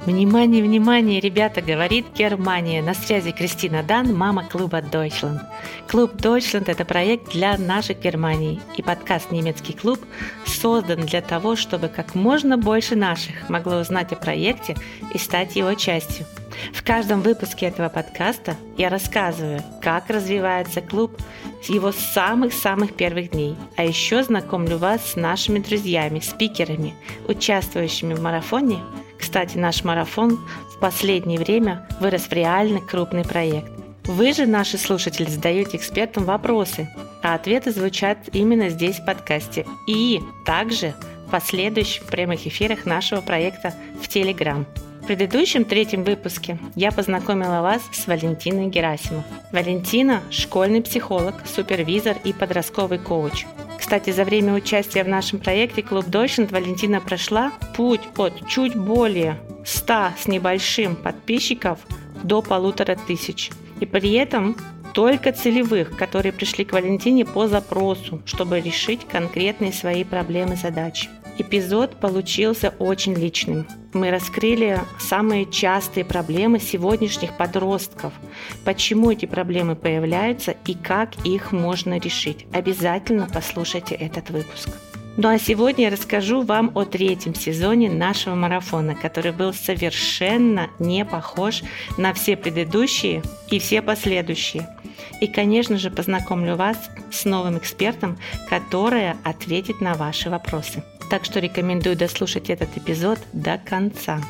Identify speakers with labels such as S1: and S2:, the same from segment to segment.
S1: Внимание, внимание, ребята, говорит Германия. На связи Кристина Дан, мама клуба Deutschland. Клуб Deutschland – это проект для нашей Германии. И подкаст «Немецкий клуб» создан для того, чтобы как можно больше наших могло узнать о проекте и стать его частью. В каждом выпуске этого подкаста я рассказываю, как развивается клуб с его самых-самых первых дней. А еще знакомлю вас с нашими друзьями, спикерами, участвующими в марафоне. Кстати, наш марафон в последнее время вырос в реально крупный проект. Вы же, наши слушатели, задаете экспертам вопросы, а ответы звучат именно здесь в подкасте и также в последующих прямых эфирах нашего проекта в Telegram. В предыдущем третьем выпуске я познакомила вас с Валентиной Герасимов. Валентина – школьный психолог, супервизор и подростковый коуч. Кстати, за время участия в нашем проекте «Клуб Deutschland» Валентина прошла путь от чуть более 100 с небольшим подписчиков до 1500. И при этом только целевых, которые пришли к Валентине по запросу, чтобы решить конкретные свои проблемы и задачи. Эпизод получился очень личным. Мы раскрыли самые частые проблемы сегодняшних подростков, почему эти проблемы появляются и как их можно решить. Обязательно послушайте этот выпуск. Ну а сегодня я расскажу вам о третьем сезоне нашего марафона, который был совершенно не похож на все предыдущие и все последующие. И, конечно же, познакомлю вас с новым экспертом, который ответит на ваши вопросы. Так что рекомендую дослушать этот эпизод до конца.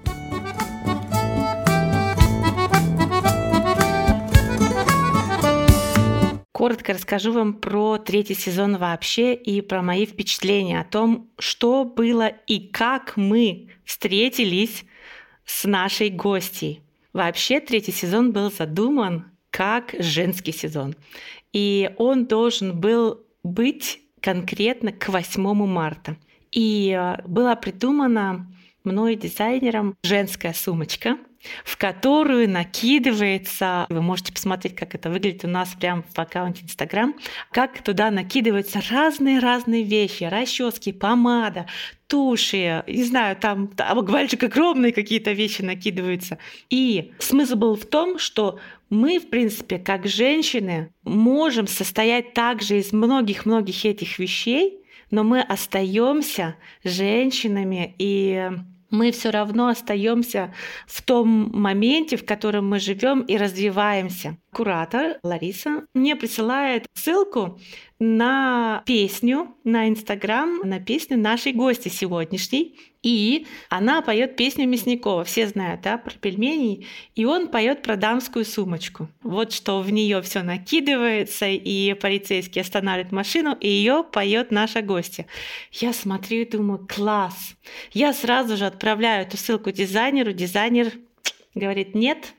S1: Коротко расскажу вам про третий сезон вообще и про мои впечатления о том, что было и как мы встретились с нашей гостьей. Вообще третий сезон был задуман как женский сезон. И он должен был быть конкретно к 8 марта. И была придумана мной дизайнером женская сумочка, в которую накидывается, вы можете посмотреть, как это выглядит у нас прямо в аккаунте Instagram, как туда накидываются разные вещи, расчески, помада, туши, не знаю, там буквально огромные какие-то вещи накидываются. И смысл был в том, что мы, в принципе, как женщины, можем состоять также из многих этих вещей, но мы остаемся женщинами, и мы все равно остаемся в том моменте, в котором мы живем и развиваемся. Куратор Лариса мне присылает ссылку на песню на Инстаграм, на песню нашей гости сегодняшней. И она поет песню Мясникова. Все знают, да, про пельмени. И он поет про дамскую сумочку. Вот что в нее все накидывается, и полицейский останавливает машину, и ее поет наша гостья. Я смотрю и думаю, класс. Я сразу же отправляю эту ссылку дизайнеру. Дизайнер говорит, нет.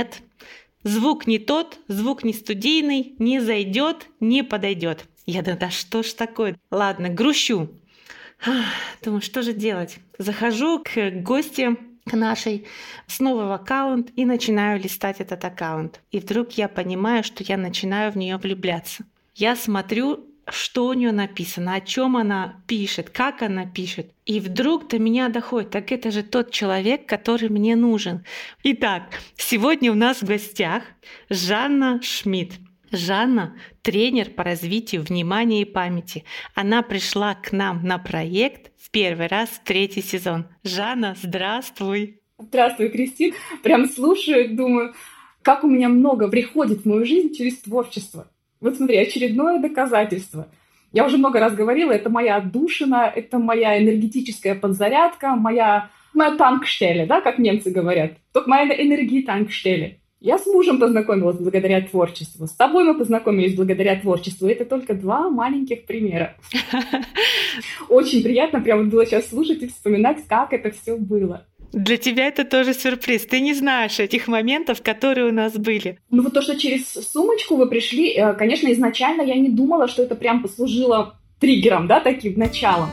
S1: Звук не тот, звук не студийный, не зайдет, не подойдет. Я думаю, да что ж такое? Ладно, грущу. Думаю, что же делать? Захожу к гости, к нашей, снова в аккаунт и начинаю листать этот аккаунт. И вдруг я понимаю, что я начинаю в нее влюбляться. Я смотрю, что у нее написано, о чем она пишет, как она пишет. И вдруг до меня доходит, так это же тот человек, который мне нужен. Итак, сегодня у нас в гостях Жанна Шмидт. Жанна – тренер по развитию внимания и памяти. Она пришла к нам на проект в первый раз в третий сезон. Жанна, здравствуй!
S2: Здравствуй, Кристин! Прям слушаю, думаю, как у меня много приходит в мою жизнь через творчество. Вот смотри, очередное доказательство. Я уже много раз говорила, это моя отдушина, это моя энергетическая подзарядка, моя танкштеле, да, как немцы говорят. Только моя энергии-танкштеле. Я с мужем познакомилась благодаря творчеству. С тобой мы познакомились благодаря творчеству. Это только 2 маленьких примера. Очень приятно прямо было сейчас слушать и вспоминать, как это все было.
S1: Для тебя это тоже сюрприз. Ты не знаешь этих моментов, которые у нас были.
S2: Ну вот то, что через сумочку вы пришли, конечно, изначально я не думала, что это прям послужило триггером, да, таким началом.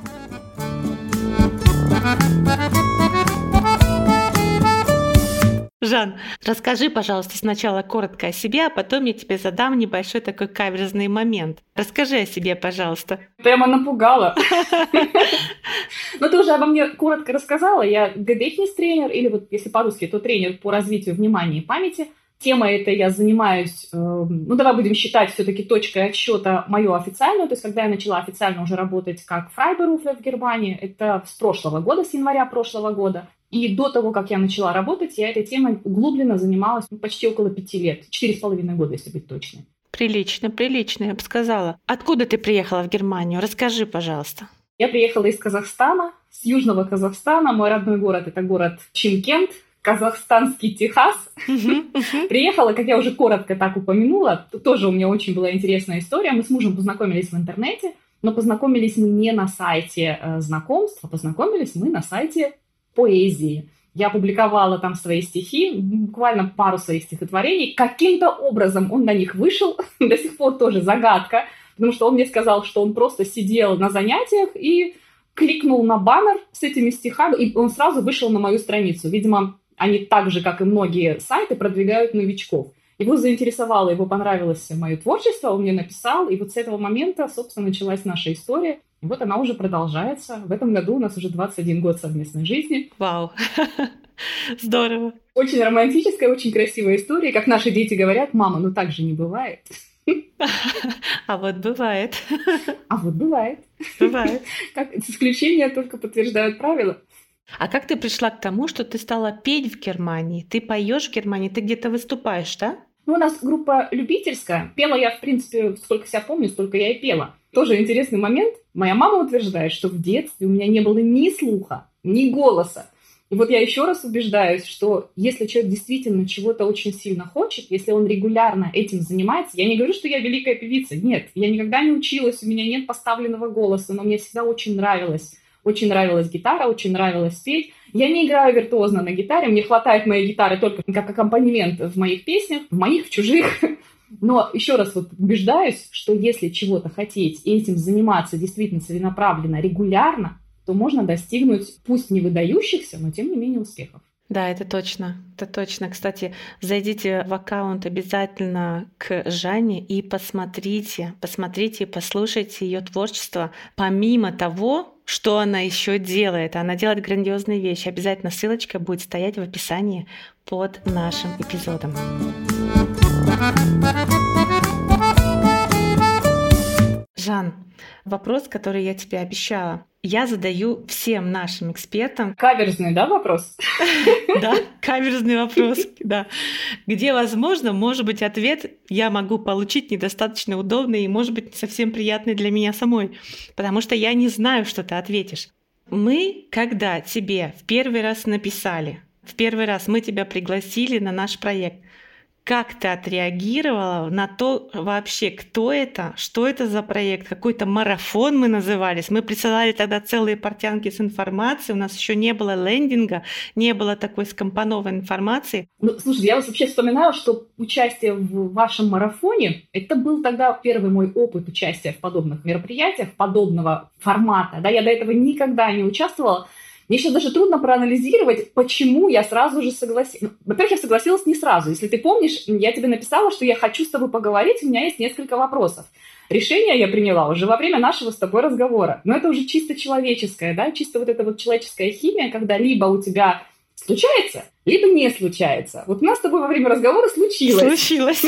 S1: Жан, расскажи, пожалуйста, сначала коротко о себе, а потом я тебе задам небольшой такой каверзный момент. Расскажи о себе, пожалуйста.
S2: Прямо напугала. Но ты уже обо мне коротко рассказала. Я gedächtnis-тренер, или вот если по-русски, то тренер по развитию внимания и памяти. Тема этой я занимаюсь, давай будем считать все-таки точкой отсчета мою официальную, то есть когда я начала официально уже работать как Freiberufer в Германии, это с прошлого года, с января прошлого года. И до того, как я начала работать, я этой темой углубленно занималась почти около 5 лет, 4,5 года, если быть точной.
S1: Прилично, я бы сказала. Откуда ты приехала в Германию? Расскажи, пожалуйста.
S2: Я приехала из Казахстана, с южного Казахстана. Мой родной город – это город Чимкент, казахстанский Техас. Приехала, как я уже коротко так упомянула, тоже у меня очень была интересная история. Мы с мужем познакомились в интернете, но познакомились мы не на сайте знакомств, а познакомились мы на сайте поэзии. Я публиковала там свои стихи, буквально пару своих стихотворений. Каким-то образом он на них вышел, до сих пор тоже загадка, потому что он мне сказал, что он просто сидел на занятиях и кликнул на баннер с этими стихами, и он сразу вышел на мою страницу. Видимо, они так же, как и многие сайты, продвигают новичков. Его заинтересовало, его понравилось мое творчество, он мне написал, и вот с этого момента, собственно, началась наша история. И вот она уже продолжается. В этом году у нас уже 21 год совместной жизни.
S1: Вау! Здорово!
S2: Очень романтическая, очень красивая история. Как наши дети говорят: мама, ну так же не бывает.
S1: А вот бывает.
S2: А вот бывает.
S1: Бывает.
S2: Как исключения только подтверждают правила.
S1: А как ты пришла к тому, что ты стала петь в Германии? Ты поешь в Германии, ты где-то выступаешь, да?
S2: Ну, у нас группа любительская. Пела я, в принципе, сколько себя помню, столько я и пела. Тоже интересный момент. Моя мама утверждает, что в детстве у меня не было ни слуха, ни голоса. И вот я еще раз убеждаюсь, что если человек действительно чего-то очень сильно хочет, если он регулярно этим занимается, я не говорю, что я великая певица, нет, я никогда не училась, у меня нет поставленного голоса, но мне всегда очень нравилась гитара, очень нравилось петь. Я не играю виртуозно на гитаре, мне хватает моей гитары только как аккомпанемент в моих песнях, в моих, в чужих. Но еще раз вот убеждаюсь, что если чего-то хотеть и этим заниматься действительно целенаправленно, регулярно, то можно достигнуть, пусть не выдающихся, но тем не менее успехов.
S1: Да, это точно, это точно. Кстати, зайдите в аккаунт обязательно к Жанне и посмотрите, и послушайте ее творчество. Помимо того, что она еще делает, она делает грандиозные вещи. Обязательно ссылочка будет стоять в описании под нашим эпизодом. Жан, вопрос, который я тебе обещала, я задаю всем нашим экспертам.
S2: Каверзный, да, вопрос?
S1: Да, каверзный вопрос, да. Где, возможно, может быть, ответ я могу получить недостаточно удобный и, может быть, не совсем приятный для меня самой, потому что я не знаю, что ты ответишь. Мы, когда тебе в первый раз написали, в первый раз мы тебя пригласили на наш проект, как ты отреагировала на то вообще, кто это, что это за проект, какой-то марафон мы назывались. Мы присылали тогда целые портянки с информацией, у нас еще не было лендинга, не было такой скомпонованной информации.
S2: Ну, слушай, я вообще вспоминаю, что участие в вашем марафоне, это был тогда первый мой опыт участия в подобных мероприятиях, подобного формата. Да, я до этого никогда не участвовала. Мне сейчас даже трудно проанализировать, почему я сразу же согласилась. Во-первых, я согласилась не сразу. Если ты помнишь, я тебе написала, что я хочу с тобой поговорить, у меня есть несколько вопросов. Решение я приняла уже во время нашего с тобой разговора. Но это уже чисто человеческое, да, чисто вот эта вот человеческая химия, когда либо у тебя случается, либо не случается. Вот у нас с тобой во время разговора случилось.
S1: Случилось.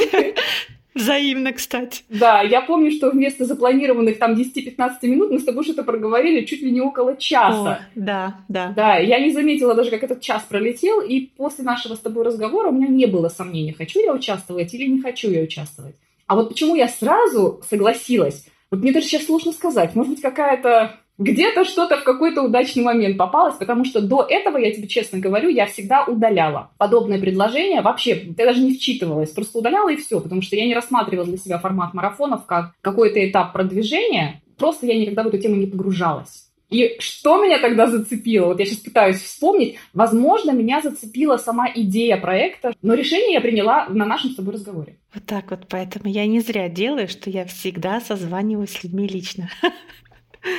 S1: Взаимно, кстати.
S2: Да, я помню, что вместо запланированных там 10-15 минут мы с тобой что-то проговорили чуть ли не около часа.
S1: О, да.
S2: Да, я не заметила даже, как этот час пролетел, и после нашего с тобой разговора у меня не было сомнений, хочу я участвовать или не хочу я участвовать. А вот почему я сразу согласилась, вот мне даже сейчас сложно сказать, может быть, какая-то... Где-то что-то в какой-то удачный момент попалось, потому что до этого, я тебе честно говорю, я всегда удаляла подобное предложение. Вообще, я даже не вчитывалась, просто удаляла и все, потому что я не рассматривала для себя формат марафонов как какой-то этап продвижения. Просто я никогда в эту тему не погружалась. И что меня тогда зацепило? Вот я сейчас пытаюсь вспомнить. Возможно, меня зацепила сама идея проекта, но решение я приняла на нашем с тобой разговоре.
S1: Вот так вот, поэтому я не зря делаю, что я всегда созваниваюсь с людьми лично.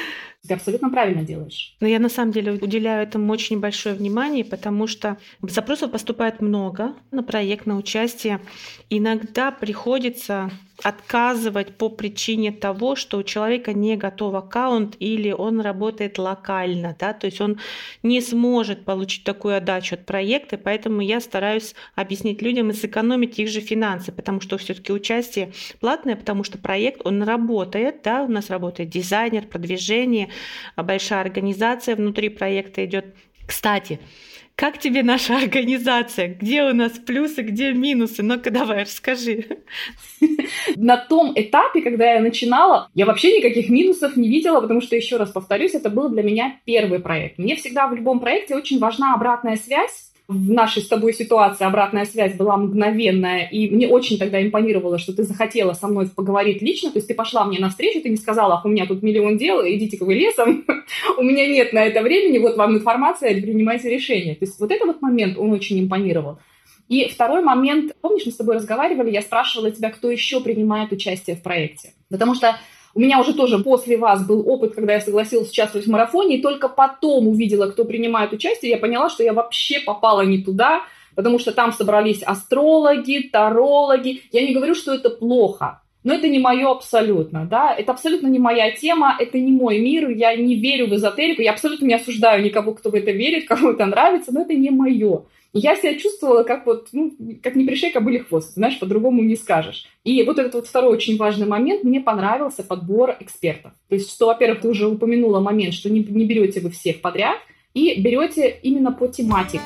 S2: Ты абсолютно правильно делаешь.
S1: Но я на самом деле уделяю этому очень большое внимание, потому что запросов поступает много на проект, на участие. Иногда приходится отказывать по причине того, что у человека не готов аккаунт или он работает локально, да, то есть он не сможет получить такую отдачу от проекта, поэтому я стараюсь объяснить людям и сэкономить их же финансы, потому что все-таки участие платное, потому что проект, он работает, да, у нас работает дизайнер, продвижение, большая организация внутри проекта идет. Кстати, как тебе наша организация? Где у нас плюсы, где минусы? Ну-ка давай, расскажи.
S2: На том этапе, когда я начинала, я вообще никаких минусов не видела, потому что, еще раз повторюсь, это был для меня первый проект. Мне всегда в любом проекте очень важна обратная связь. В нашей с тобой ситуации обратная связь была мгновенная, и мне очень тогда импонировало, что ты захотела со мной поговорить лично, то есть ты пошла мне навстречу, ты не сказала: у меня тут миллион дел, идите-ка вы лесом, у меня нет на это времени, вот вам информация, принимайте решение. То есть вот этот вот момент, он очень импонировал. И второй момент, помнишь, мы с тобой разговаривали, я спрашивала тебя, кто еще принимает участие в проекте, потому что у меня уже тоже после вас был опыт, когда я согласилась участвовать в марафоне, и только потом увидела, кто принимает участие, я поняла, что я вообще попала не туда, потому что там собрались астрологи, тарологи. Я не говорю, что это плохо, но это не мое абсолютно, да, это абсолютно не моя тема, это не мой мир, я не верю в эзотерику, я абсолютно не осуждаю никого, кто в это верит, кому это нравится, но это не мое. И я себя чувствовала как вот, как не пришей кобыле хвост, знаешь, по-другому не скажешь. И вот этот вот второй очень важный момент, мне понравился подбор экспертов. То есть, что, во-первых, ты уже упомянула момент, что не берете вы всех подряд, и берете именно по тематикам.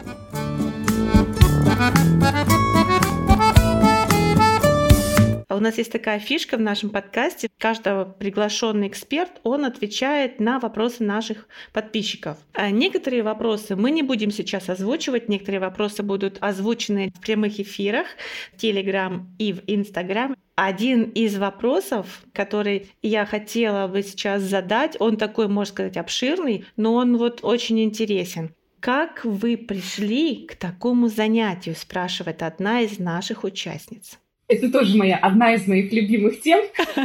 S1: У нас есть такая фишка в нашем подкасте. Каждый приглашенный эксперт, он отвечает на вопросы наших подписчиков. А некоторые вопросы мы не будем сейчас озвучивать, некоторые вопросы будут озвучены в прямых эфирах в Telegram и в Instagram. Один из вопросов, который я хотела бы сейчас задать, он такой, можно сказать, обширный, но он вот очень интересен. Как вы пришли к такому занятию, спрашивает одна из наших участниц.
S2: Это тоже одна из моих любимых тем,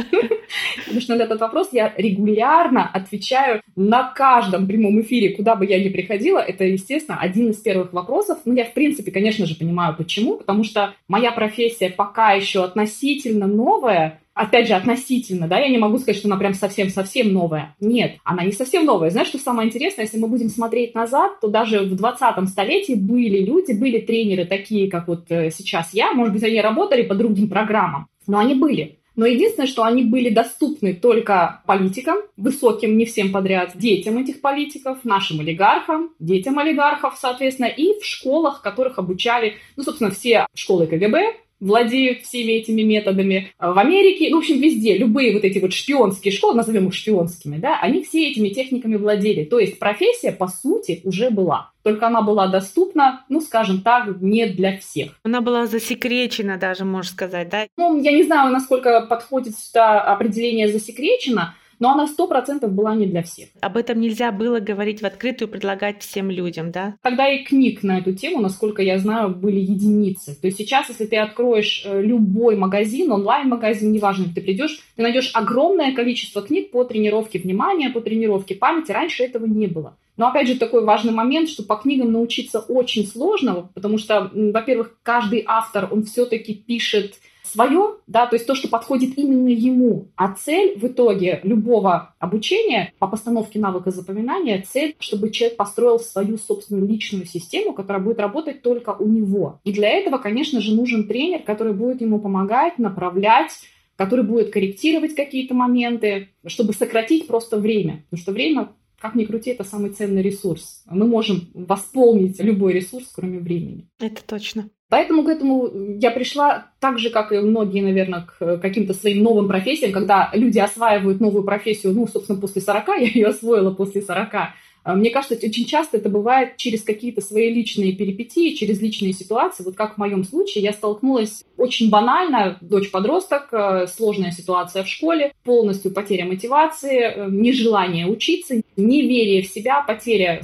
S2: потому что на этот вопрос я регулярно отвечаю на каждом прямом эфире, куда бы я ни приходила. Это, естественно, один из первых вопросов. Я, в принципе, конечно же, понимаю, почему. Потому что моя профессия пока еще относительно новая. Опять же, относительно, да, я не могу сказать, что она прям совсем-совсем новая. Нет, она не совсем новая. Знаешь, что самое интересное, если мы будем смотреть назад, то даже в 20 столетии были люди, были тренеры такие, как вот сейчас я. Может быть, они работали по другим программам, но они были. Но единственное, что они были доступны только политикам, высоким, не всем подряд, детям этих политиков, нашим олигархам, детям олигархов, соответственно, и в школах, которых обучали, собственно, все школы КГБ, владеют всеми этими методами. В Америке, в общем, везде, любые вот эти вот шпионские школы, назовем их шпионскими, да, они все этими техниками владели. То есть профессия, по сути, уже была. Только она была доступна, скажем так, не для всех.
S1: Она была засекречена даже, можно сказать, да?
S2: Я не знаю, насколько подходит сюда определение «засекречено», но она 100% была не для всех.
S1: Об этом нельзя было говорить в открытую, предлагать всем людям, да?
S2: Тогда и книг на эту тему, насколько я знаю, были единицы. То есть сейчас, если ты откроешь любой магазин, онлайн-магазин, неважно, где ты придешь, ты найдешь огромное количество книг по тренировке внимания, по тренировке памяти. Раньше этого не было. Но, опять же, такой важный момент, что по книгам научиться очень сложно, потому что, во-первых, каждый автор, он все-таки пишет свое, да, то есть то, что подходит именно ему. А цель в итоге любого обучения по постановке навыка запоминания, цель, чтобы человек построил свою собственную личную систему, которая будет работать только у него. И для этого, конечно же, нужен тренер, который будет ему помогать, направлять, который будет корректировать какие-то моменты, чтобы сократить просто время. Потому что время, как ни крути, это самый ценный ресурс. Мы можем восполнить любой ресурс, кроме времени.
S1: Это точно.
S2: Поэтому к этому я пришла так же, как и многие, наверное, к каким-то своим новым профессиям, когда люди осваивают новую профессию, собственно, после 40, я ее освоила после 40. Мне кажется, очень часто это бывает через какие-то свои личные перипетии, через личные ситуации. Вот как в моем случае, я столкнулась очень банально, дочь-подросток, сложная ситуация в школе, полностью потеря мотивации, нежелание учиться, неверие в себя, потеря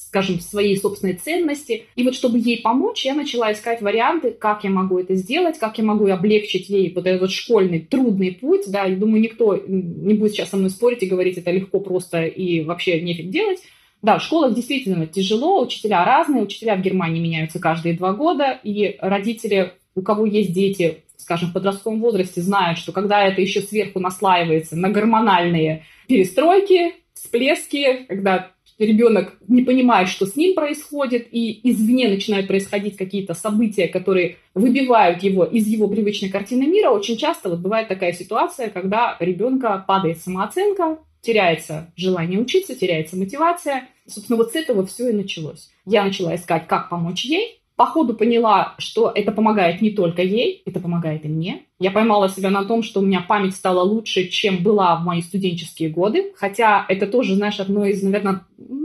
S2: скажем, своей собственной ценности. И вот чтобы ей помочь, я начала искать варианты, как я могу это сделать, как я могу облегчить ей вот этот вот школьный трудный путь. Да, я думаю, никто не будет сейчас со мной спорить и говорить, это легко, просто и вообще нефиг делать. Да, в школах действительно тяжело, учителя разные, учителя в Германии меняются каждые 2 года, и родители, у кого есть дети, скажем, в подростковом возрасте, знают, что когда это еще сверху наслаивается на гормональные перестройки, всплески, когда ребенок не понимает, что с ним происходит, и извне начинают происходить какие-то события, которые выбивают его из его привычной картины мира, очень часто вот бывает такая ситуация, когда ребенка падает самооценка, теряется желание учиться, теряется мотивация. Собственно, вот с этого все и началось. Я начала искать, как помочь ей. По ходу поняла, что это помогает не только ей, это помогает и мне. Я поймала себя на том, что у меня память стала лучше, чем была в мои студенческие годы. Хотя это тоже, знаешь, одно из, наверное,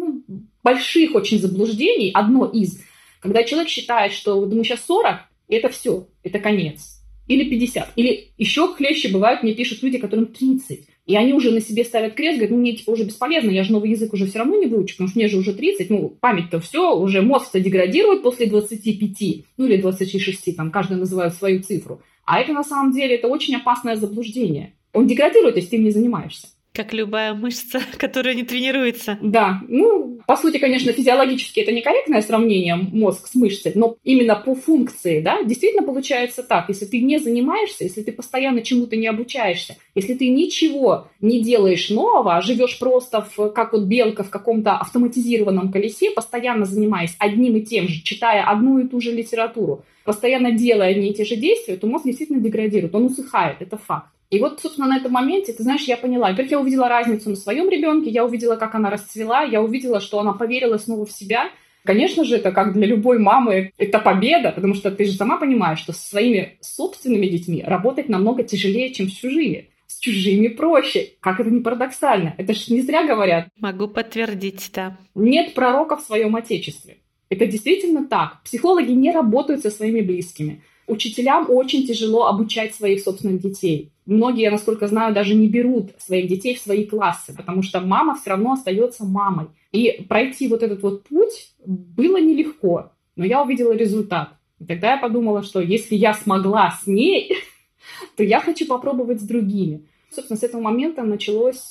S2: больших очень заблуждений. Одно из. Когда человек считает, что вот ему сейчас 40, и это все, это конец. Или 50. Или еще хлеще бывают, мне пишут люди, которым 30. И они уже на себе ставят крест, говорят, мне типа уже бесполезно, я же новый язык уже все равно не выучу, потому что мне же уже 30, память-то все, уже мозг-то деградирует после 25, или 26, там каждый называет свою цифру. А это на самом деле, это очень опасное заблуждение. Он деградирует, если ты им не занимаешься.
S1: Как любая мышца, которая не тренируется.
S2: Да, по сути, конечно, физиологически это некорректное сравнение мозг с мышцей, но именно по функции, да, действительно получается так. Если ты не занимаешься, если ты постоянно чему-то не обучаешься, если ты ничего не делаешь нового, а живешь просто как вот белка в каком-то автоматизированном колесе, постоянно занимаясь одним и тем же, читая одну и ту же литературу, постоянно делая одни и те же действия, то мозг действительно деградирует, он усыхает, это факт. И вот, собственно, на этом моменте, ты знаешь, я поняла. Во-первых, я увидела разницу на своем ребенке, я увидела, как она расцвела, я увидела, что она поверила снова в себя. Конечно же, это как для любой мамы, это победа, потому что ты же сама понимаешь, что со своими собственными детьми работать намного тяжелее, чем с чужими. С чужими проще. Как это ни парадоксально. Это же не зря говорят.
S1: Могу подтвердить, да.
S2: Нет пророка в своем отечестве. Это действительно так. Психологи не работают со своими близкими. Учителям очень тяжело обучать своих собственных детей. Многие, насколько знаю, даже не берут своих детей в свои классы, потому что мама все равно остается мамой. И пройти вот этот вот путь было нелегко, но я увидела результат. И тогда я подумала, что если я смогла с ней, то я хочу попробовать с другими. Собственно, с этого момента началось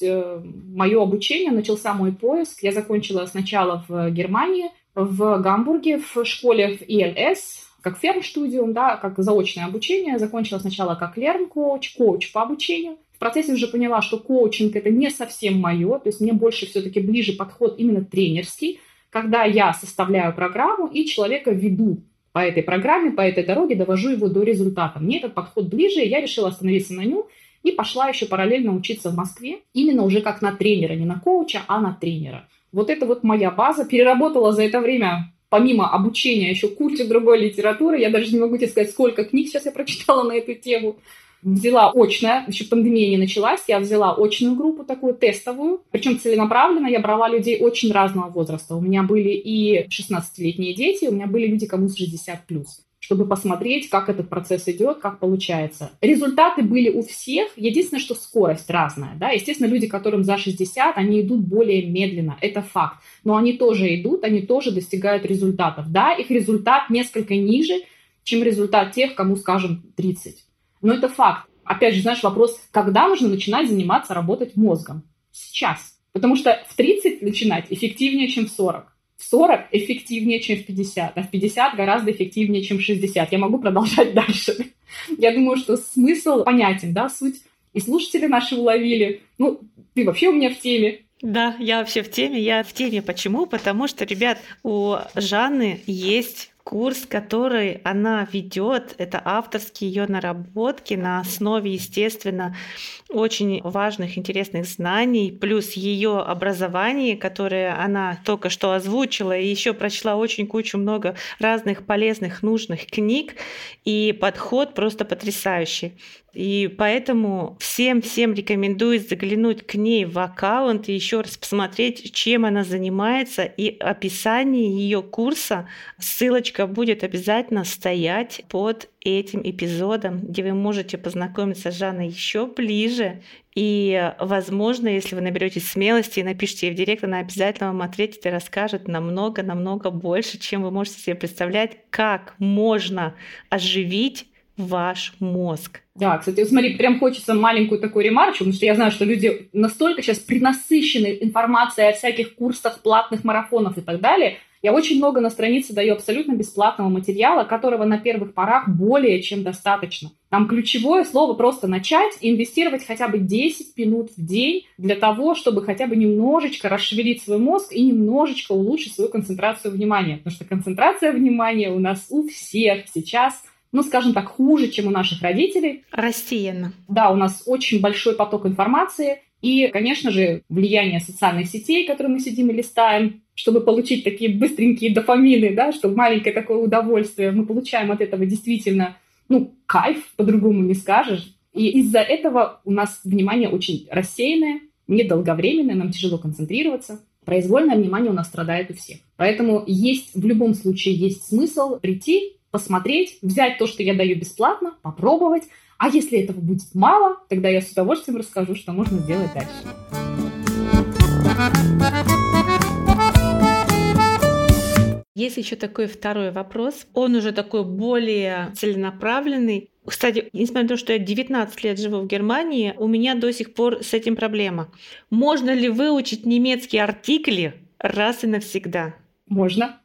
S2: мое обучение, начался мой поиск. Я закончила сначала в Германии, в Гамбурге, в школе в ИЛС, как фермстудиум, да, как заочное обучение. Закончила сначала как лерн-коуч, коуч по обучению. В процессе уже поняла, что коучинг – это не совсем мое, то есть мне больше все-таки ближе подход именно тренерский, когда я составляю программу и человека веду по этой программе, по этой дороге, довожу его до результата. Мне этот подход ближе, и я решила остановиться на нем и пошла еще параллельно учиться в Москве, именно уже как на тренера, не на коуча, а на тренера. Вот это вот моя база. Переработала за это время, помимо обучения, еще кучу другой литературы. Я даже не могу тебе сказать, сколько книг сейчас я прочитала на эту тему. Взяла очное, еще пандемия не началась, я взяла очную группу такую, тестовую. Причем целенаправленно я брала людей очень разного возраста. У меня были и 16-летние дети, у меня были люди, кому с 60+, чтобы посмотреть, как этот процесс идет, как получается. Результаты были у всех, единственное, что скорость разная. Да? Естественно, люди, которым за 60, они идут более медленно, это факт. Но они тоже идут, они тоже достигают результатов. Да, их результат несколько ниже, чем результат тех, кому, скажем, 30. Но это факт. Опять же, знаешь, вопрос, когда нужно начинать заниматься, работать мозгом? Сейчас. Потому что в 30 начинать эффективнее, чем в 40. В 40 эффективнее, чем в 50. А в 50 гораздо эффективнее, чем в 60. Я могу продолжать дальше. Я думаю, что смысл понятен, да, суть. И слушатели наши уловили. Ты вообще у меня в теме.
S1: Да, я вообще в теме. Я в теме. Почему? Потому что, ребят, у Жанны есть курс, который она ведет, это авторские ее наработки на основе, естественно, очень важных, интересных знаний, плюс ее образование, которое она только что озвучила, и еще прочла очень кучу много разных полезных, нужных книг, и подход просто потрясающий. И поэтому всем рекомендую заглянуть к ней в аккаунт и еще раз посмотреть, чем она занимается. И описание ее курса, ссылочка будет обязательно стоять под этим эпизодом, где вы можете познакомиться с Жанной еще ближе И, возможно, если вы наберетесь смелости и напишите ей в директ, она обязательно вам ответит и расскажет намного больше, чем вы можете себе представлять, как можно оживить ваш мозг.
S2: Да, кстати, смотри, прям хочется маленькую такую ремарочку, потому что я знаю, что люди настолько сейчас принасыщены информацией о всяких курсах, платных марафонах и так далее. Я очень много на странице даю абсолютно бесплатного материала, которого на первых порах более чем достаточно. Там ключевое слово просто начать и инвестировать хотя бы 10 минут в день для того, чтобы хотя бы немножечко расшевелить свой мозг и немножечко улучшить свою концентрацию внимания. Потому что концентрация внимания у нас у всех сейчас, скажем так, хуже, чем у наших родителей.
S1: Рассеяно.
S2: Да, у нас очень большой поток информации. И, конечно же, влияние социальных сетей, которые мы сидим и листаем, чтобы получить такие быстренькие дофамины, да, чтобы маленькое такое удовольствие. Мы получаем от этого действительно, кайф, по-другому не скажешь. И из-за этого у нас внимание очень рассеянное, недолговременное, нам тяжело концентрироваться. Произвольное внимание у нас страдает у всех. Поэтому в любом случае есть смысл прийти, посмотреть, взять то, что я даю бесплатно, попробовать. А если этого будет мало, тогда я с удовольствием расскажу, что можно сделать дальше.
S1: Есть еще такой второй вопрос. Он уже такой более целенаправленный. Кстати, несмотря на то, что я 19 лет живу в Германии, у меня до сих пор с этим проблема. Можно ли выучить немецкие артикли раз и навсегда?
S2: Можно.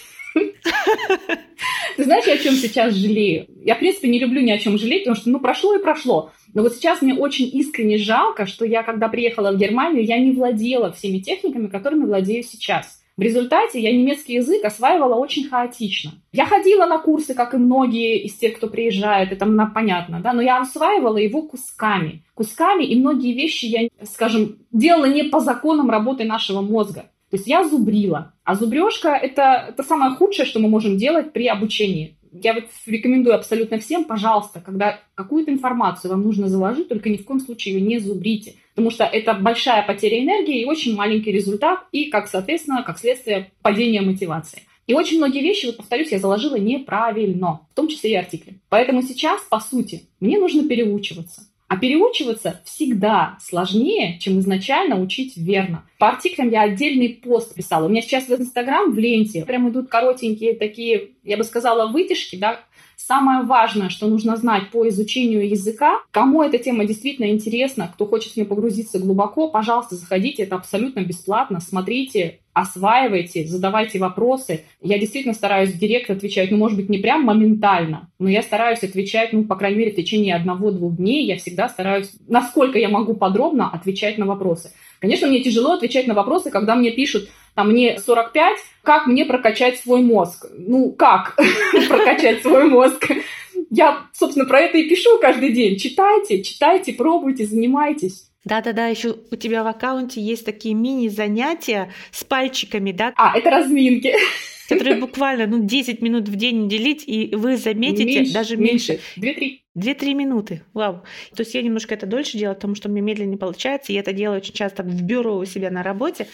S2: Ты знаешь, я о чем сейчас жалею? Я, в принципе, не люблю ни о чем жалеть, потому что, прошло и прошло. Но вот сейчас мне очень искренне жалко, что я, когда приехала в Германию, я не владела всеми техниками, которыми владею сейчас. В результате я немецкий язык осваивала очень хаотично. Я ходила на курсы, как и многие из тех, кто приезжает, это понятно, да, но я осваивала его кусками, и многие вещи я, делала не по законам работы нашего мозга. То есть я зубрила. А зубрежка – это самое худшее, что мы можем делать при обучении. Я рекомендую абсолютно всем, пожалуйста, когда какую-то информацию вам нужно заложить, только ни в коем случае ее не зубрите. Потому что это большая потеря энергии и очень маленький результат, и, как следствие, падение мотивации. И очень многие вещи, повторюсь, я заложила неправильно, в том числе и артикли. Поэтому сейчас, по сути, мне нужно переучиваться. А переучиваться всегда сложнее, чем изначально учить верно. По артиклям я отдельный пост писала. У меня сейчас в Инстаграм в ленте прям идут коротенькие такие, я бы сказала, вытяжки, да. Самое важное, что нужно знать по изучению языка. Кому эта тема действительно интересна, кто хочет в нее погрузиться глубоко, пожалуйста, заходите, это абсолютно бесплатно. Смотрите, осваивайте, задавайте вопросы. Я действительно стараюсь в директ отвечать, может быть, не прям моментально, но я стараюсь отвечать, по крайней мере, в течение 1-2 дней. Я всегда стараюсь, насколько я могу подробно отвечать на вопросы. Конечно, мне тяжело отвечать на вопросы, когда мне пишут, мне 45, как мне прокачать свой мозг? Как прокачать свой мозг? Я, собственно, про это и пишу каждый день. Читайте, пробуйте, занимайтесь.
S1: Да-да-да, еще у тебя в аккаунте есть такие мини-занятия с пальчиками, да?
S2: Это разминки.
S1: Которые буквально 10 минут в день делить, и вы заметите даже меньше.
S2: 2-3.
S1: 2-3 минуты. Вау. То есть я немножко это дольше делаю, потому что мне медленнее получается. И это делаю очень часто в бюро у себя на работе.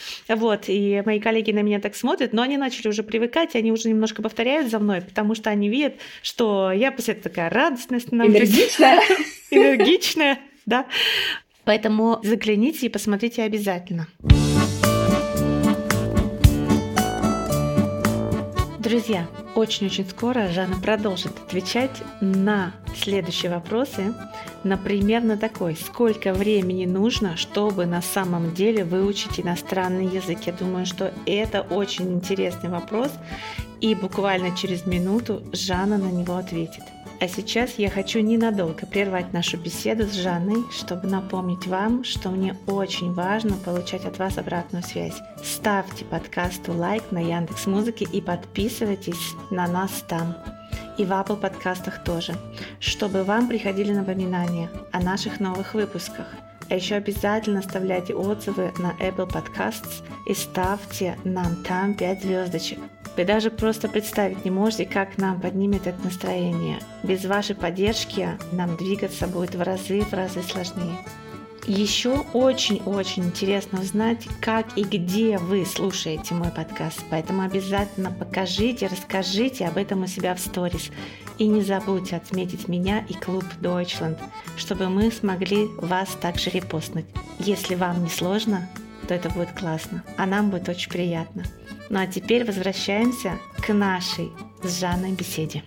S1: И мои коллеги на меня так смотрят, но они начали уже привыкать, и они уже немножко повторяют за мной, потому что они видят, что я после этого такая радостная становлюсь. Энергичная, да. Поэтому загляните и посмотрите обязательно. Друзья, очень-очень скоро Жанна продолжит отвечать на следующие вопросы, например, на такой: сколько времени нужно, чтобы на самом деле выучить иностранный язык? Я думаю, что это очень интересный вопрос, и буквально через минуту Жанна на него ответит. А сейчас я хочу ненадолго прервать нашу беседу с Жанной, чтобы напомнить вам, что мне очень важно получать от вас обратную связь. Ставьте подкасту лайк на Яндекс.Музыке и подписывайтесь на нас там. И в Apple подкастах тоже, чтобы вам приходили напоминания о наших новых выпусках. А еще обязательно оставляйте отзывы на Apple Podcasts и ставьте нам там 5 звездочек. Вы даже просто представить не можете, как нам поднимет это настроение. Без вашей поддержки нам двигаться будет в разы сложнее. Еще очень-очень интересно узнать, как и где вы слушаете мой подкаст. Поэтому обязательно покажите, расскажите об этом у себя в сторис. И не забудьте отметить меня и клуб Deutschland, чтобы мы смогли вас также репостнуть. Если вам не сложно, то это будет классно, а нам будет очень приятно. Ну а теперь возвращаемся к нашей с Жанной беседе.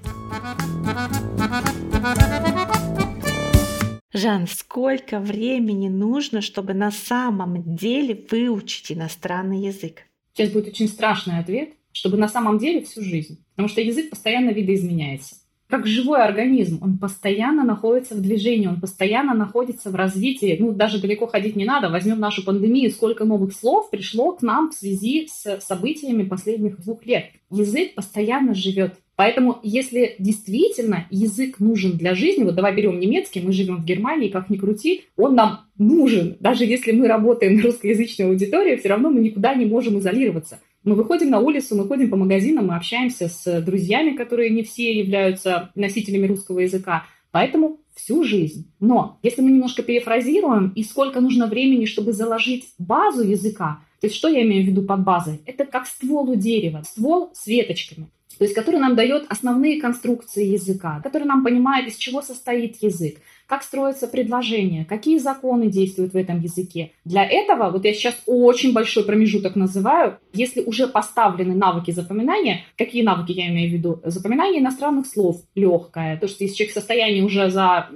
S1: Жан, сколько времени нужно, чтобы на самом деле выучить иностранный язык?
S2: Сейчас будет очень страшный ответ, чтобы на самом деле всю жизнь. Потому что язык постоянно видоизменяется. Как живой организм, он постоянно находится в движении, он постоянно находится в развитии. Даже далеко ходить не надо. Возьмем нашу пандемию, сколько новых слов пришло к нам в связи с событиями последних 2 лет. Язык постоянно живет. Поэтому, если действительно язык нужен для жизни, вот давай берем немецкий, мы живем в Германии, как ни крути, он нам нужен. Даже если мы работаем на русскоязычной аудитории, все равно мы никуда не можем изолироваться. Мы выходим на улицу, мы ходим по магазинам, мы общаемся с друзьями, которые не все являются носителями русского языка. Поэтому всю жизнь. Но если мы немножко перефразируем, и сколько нужно времени, чтобы заложить базу языка, то есть что я имею в виду под базой? Это как ствол у дерева, ствол с веточками. То есть который нам дает основные конструкции языка, который нам понимает, из чего состоит язык, как строятся предложения, какие законы действуют в этом языке. Для этого, вот я сейчас очень большой промежуток называю, если уже поставлены навыки запоминания, какие навыки я имею в виду? Запоминание иностранных слов легкое, то, что если человек в состоянии уже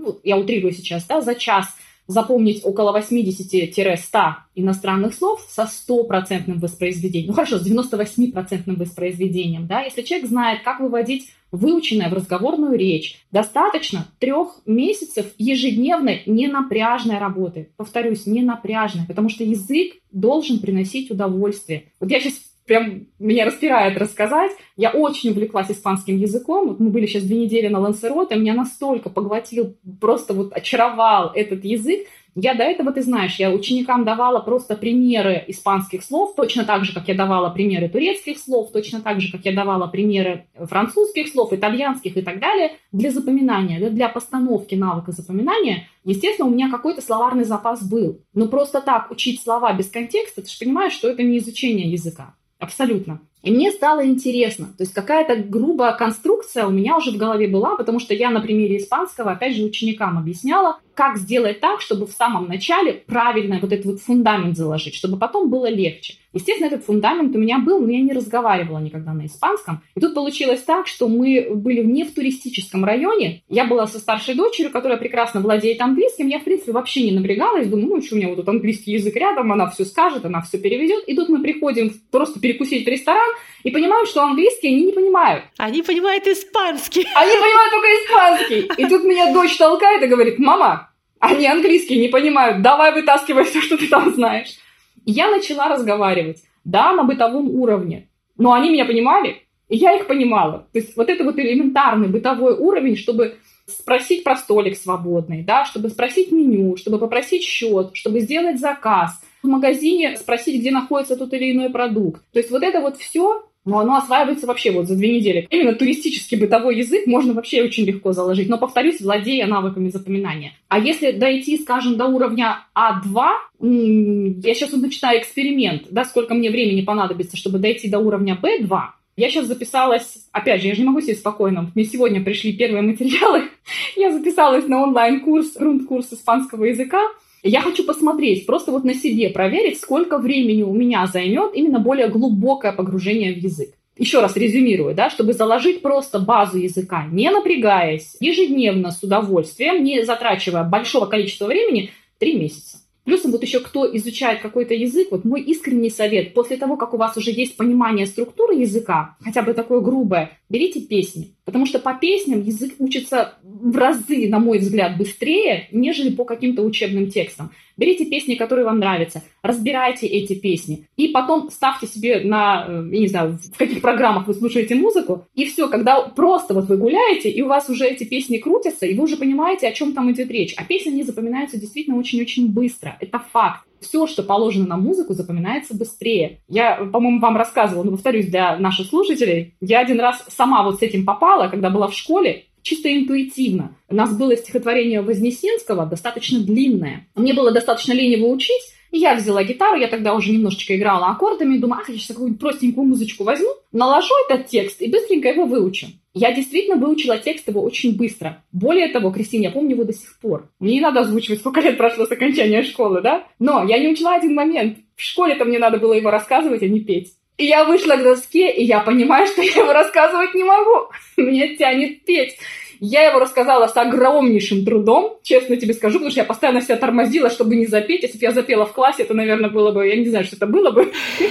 S2: я утрирую сейчас, за час запомнить около 80-100 иностранных слов со 100% воспроизведением. Хорошо, с 98% воспроизведением. Если человек знает, как выводить выученное в разговорную речь, достаточно 3 месяцев ежедневной ненапряжной работы. Повторюсь, ненапряжной, потому что язык должен приносить удовольствие. Вот я сейчас прям меня распирает рассказать. Я очень увлеклась испанским языком. Вот мы были сейчас 2 недели на Лансероте, меня настолько поглотил, просто очаровал этот язык. Я до этого, ты знаешь, я ученикам давала просто примеры испанских слов, точно так же, как я давала примеры турецких слов, точно так же, как я давала примеры французских слов, итальянских и так далее, для запоминания, для постановки навыка запоминания. Естественно, у меня какой-то словарный запас был. Но просто так учить слова без контекста, ты же понимаешь, что это не изучение языка. Абсолютно. И мне стало интересно. То есть какая-то грубая конструкция у меня уже в голове была, потому что я на примере испанского, опять же, ученикам объясняла, как сделать так, чтобы в самом начале правильно этот фундамент заложить, чтобы потом было легче. Естественно, этот фундамент у меня был, но я не разговаривала никогда на испанском. И тут получилось так, что мы были не в туристическом районе. Я была со старшей дочерью, которая прекрасно владеет английским. Я, в принципе, вообще не напрягалась. Думаю, что у меня вот тут английский язык рядом, она все скажет, она все переведет. И тут мы приходим просто перекусить в ресторан и понимаем, что английский они не понимают.
S1: Они понимают испанский.
S2: Они понимают только испанский. И тут меня дочь толкает и говорит: мама, они английский не понимают, давай вытаскивай все, что ты там знаешь. И я начала разговаривать, на бытовом уровне. Но они меня понимали, и я их понимала. То есть это элементарный бытовой уровень, чтобы спросить про столик свободный, чтобы спросить меню, чтобы попросить счет, чтобы сделать заказ. В магазине спросить, где находится тот или иной продукт. То есть это все, оно осваивается вообще за 2 недели. Именно туристический бытовой язык можно вообще очень легко заложить, но, повторюсь, владея навыками запоминания. А если дойти, скажем, до уровня А2, я сейчас начинаю эксперимент, сколько мне времени понадобится, чтобы дойти до уровня Б2. Я сейчас записалась, опять же, я же не могу сидеть спокойно. Мне сегодня пришли первые материалы. Я записалась на онлайн-курс, грунт-курс испанского языка. Я хочу посмотреть, просто на себе проверить, сколько времени у меня займет именно более глубокое погружение в язык. Еще раз резюмирую, чтобы заложить просто базу языка, не напрягаясь, ежедневно с удовольствием, не затрачивая большого количества времени, 3 месяца. Плюсом еще кто изучает какой-то язык, мой искренний совет, после того, как у вас уже есть понимание структуры языка, хотя бы такое грубое, берите песни. Потому что по песням язык учится в разы, на мой взгляд, быстрее, нежели по каким-то учебным текстам. Берите песни, которые вам нравятся, разбирайте эти песни. И потом ставьте себе я не знаю, в каких программах вы слушаете музыку. И все, когда просто вы гуляете, и у вас уже эти песни крутятся, и вы уже понимаете, о чем там идет речь. А песни, они запоминаются действительно очень-очень быстро. Это факт. Все, что положено на музыку, запоминается быстрее. Я, по-моему, вам рассказывала, но повторюсь для наших слушателей. Я один раз сама с этим попала, когда была в школе, чисто интуитивно. У нас было стихотворение Вознесенского, достаточно длинное. Мне было достаточно лень его учить, И я взяла гитару, я тогда уже немножечко играла аккордами, думаю, я сейчас какую-нибудь простенькую музычку возьму, наложу этот текст и быстренько его выучу. Я действительно выучила текст его очень быстро. Более того, Кристина, я помню его до сих пор. Мне не надо озвучивать, сколько лет прошло с окончания школы, да? Но я не учла один момент. В школе-то мне надо было его рассказывать, а не петь. И я вышла к доске, и я понимаю, что я его рассказывать не могу. Мне тянет петь. Я его рассказала с огромнейшим трудом, честно тебе скажу, потому что я постоянно себя тормозила, чтобы не запеть. Если бы я запела в классе, это, наверное, было бы... Я не знаю, что это было бы.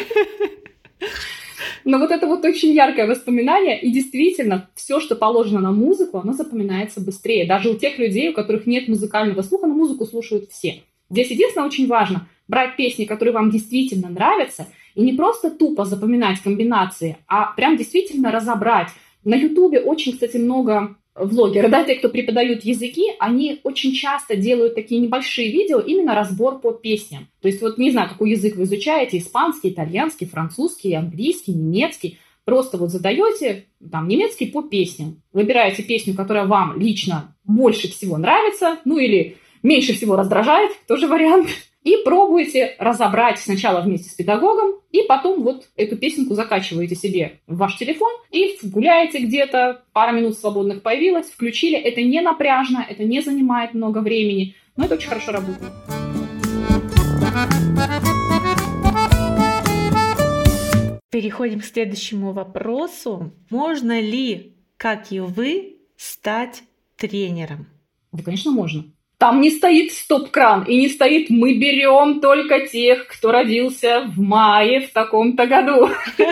S2: Но вот это вот очень яркое воспоминание. И действительно, все, что положено на музыку, оно запоминается быстрее. Даже у тех людей, у которых нет музыкального слуха, но музыку слушают все. Здесь единственное очень важно брать песни, которые вам действительно нравятся, и не просто тупо запоминать комбинации, а прям действительно разобрать. На Ютубе очень, кстати, много влогеры, да, те, кто преподают языки, они очень часто делают такие небольшие видео, именно разбор по песням. То есть вот не знаю, какой язык вы изучаете, испанский, итальянский, французский, английский, немецкий. Просто вот задаете там немецкий по песням. Выбираете песню, которая вам лично больше всего нравится, ну или меньше всего раздражает, тоже вариант. И пробуете разобрать сначала вместе с педагогом, и потом вот эту песенку закачиваете себе в ваш телефон и гуляете где-то, пара минут свободных появилось, включили. Это не напряжно, это не занимает много времени, но это очень хорошо работает.
S1: Переходим к следующему вопросу. Можно ли, как и вы, стать тренером?
S2: Да, конечно, можно. Там не стоит стоп-кран и не стоит «мы берем только тех, кто родился в мае в таком-то году».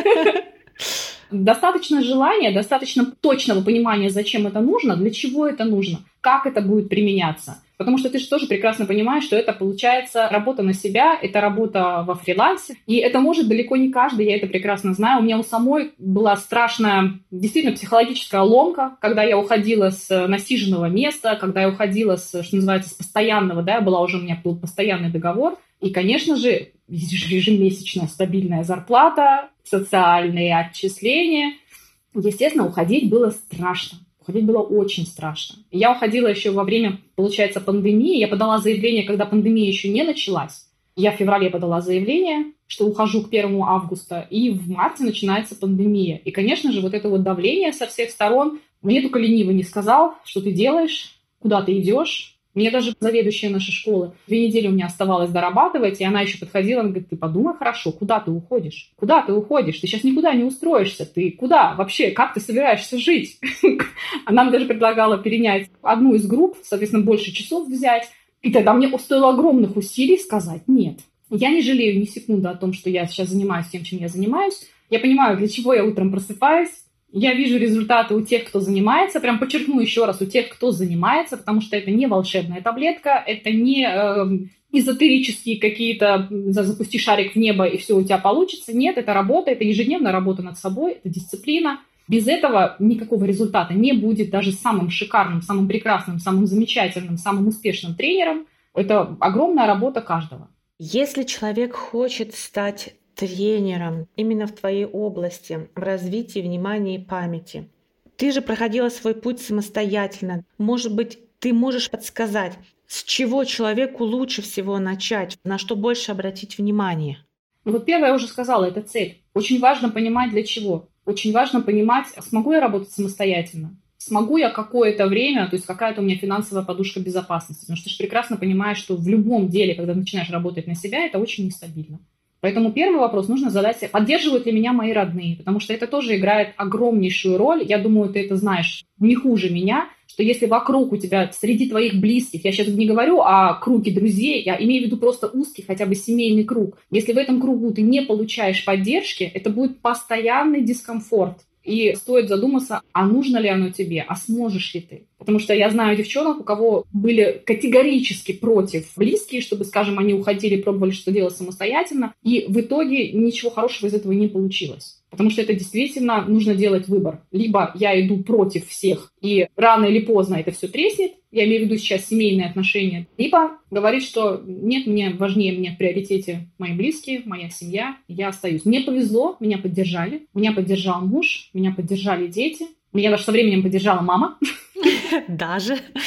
S2: Достаточно желания, достаточно точного понимания, зачем это нужно, для чего это нужно, как это будет применяться. Потому что ты же тоже прекрасно понимаешь, что это, получается, работа на себя, это работа во фрилансе. И это может далеко не каждый, я это прекрасно знаю. У меня у самой была страшная, действительно, психологическая ломка, когда я уходила с насиженного места, когда я уходила с, что называется, с постоянного, да, у меня был постоянный договор. И, конечно же, ежемесячная стабильная зарплата, социальные отчисления. Естественно, уходить было страшно. Уходить было очень страшно. Я уходила еще во время, получается, пандемии. Я подала заявление, когда пандемия еще не началась. Я в феврале подала заявление, что ухожу к 1 августа, и в марте начинается пандемия. И, конечно же, вот это вот давление со всех сторон. Мне только ленивый не сказал, что ты делаешь, куда ты идешь. Мне даже заведующая нашей школы 2 недели у меня оставалось дорабатывать, и она еще подходила, она говорит, ты подумай хорошо, куда ты уходишь? Куда ты уходишь? Ты сейчас никуда не устроишься. Ты куда вообще? Как ты собираешься жить? Она мне даже предлагала перенять одну из групп, соответственно, больше часов взять. И тогда мне стоило огромных усилий сказать нет. Я не жалею ни секунды о том, что я сейчас занимаюсь тем, чем я занимаюсь. Я понимаю, для чего я утром просыпаюсь. Я вижу результаты у тех, кто занимается. Прям подчеркну еще раз, у тех, кто занимается, потому что это не волшебная таблетка, это не эзотерические какие-то запусти шарик в небо и все у тебя получится. Нет, это работа, это ежедневная работа над собой, это дисциплина. Без этого никакого результата не будет даже самым шикарным, самым прекрасным, самым замечательным, самым успешным тренером. Это огромная работа каждого.
S1: Если человек хочет стать тренером именно в твоей области, в развитии внимания и памяти. Ты же проходила свой путь самостоятельно. Может быть, ты можешь подсказать, с чего человеку лучше всего начать, на что больше обратить внимание?
S2: Вот первое я уже сказала, это цель. Очень важно понимать, для чего. Очень важно понимать, смогу я работать самостоятельно? Смогу я какое-то время, то есть какая-то у меня финансовая подушка безопасности? Потому что ты же прекрасно понимаешь, что в любом деле, когда начинаешь работать на себя, это очень нестабильно. Поэтому первый вопрос нужно задать себе, поддерживают ли меня мои родные, потому что это тоже играет огромнейшую роль. Я думаю, ты это знаешь не хуже меня, что если вокруг у тебя, среди твоих близких, я сейчас не говорю о круге друзей, я имею в виду просто узкий, хотя бы семейный круг. Если в этом кругу ты не получаешь поддержки, это будет постоянный дискомфорт. И стоит задуматься, а нужно ли оно тебе, а сможешь ли ты. Потому что я знаю девчонок, у кого были категорически против близкие, чтобы, скажем, они уходили, пробовали что делать самостоятельно, и в итоге ничего хорошего из этого не получилось. Потому что это действительно нужно делать выбор. Либо я иду против всех, и рано или поздно это все треснет, я имею в виду сейчас семейные отношения, либо говорить, что нет, мне важнее, мне в приоритете мои близкие, моя семья, я остаюсь. Мне повезло, меня поддержали, меня поддержал муж, меня поддержали дети, меня даже со временем поддержала мама.
S1: Даже.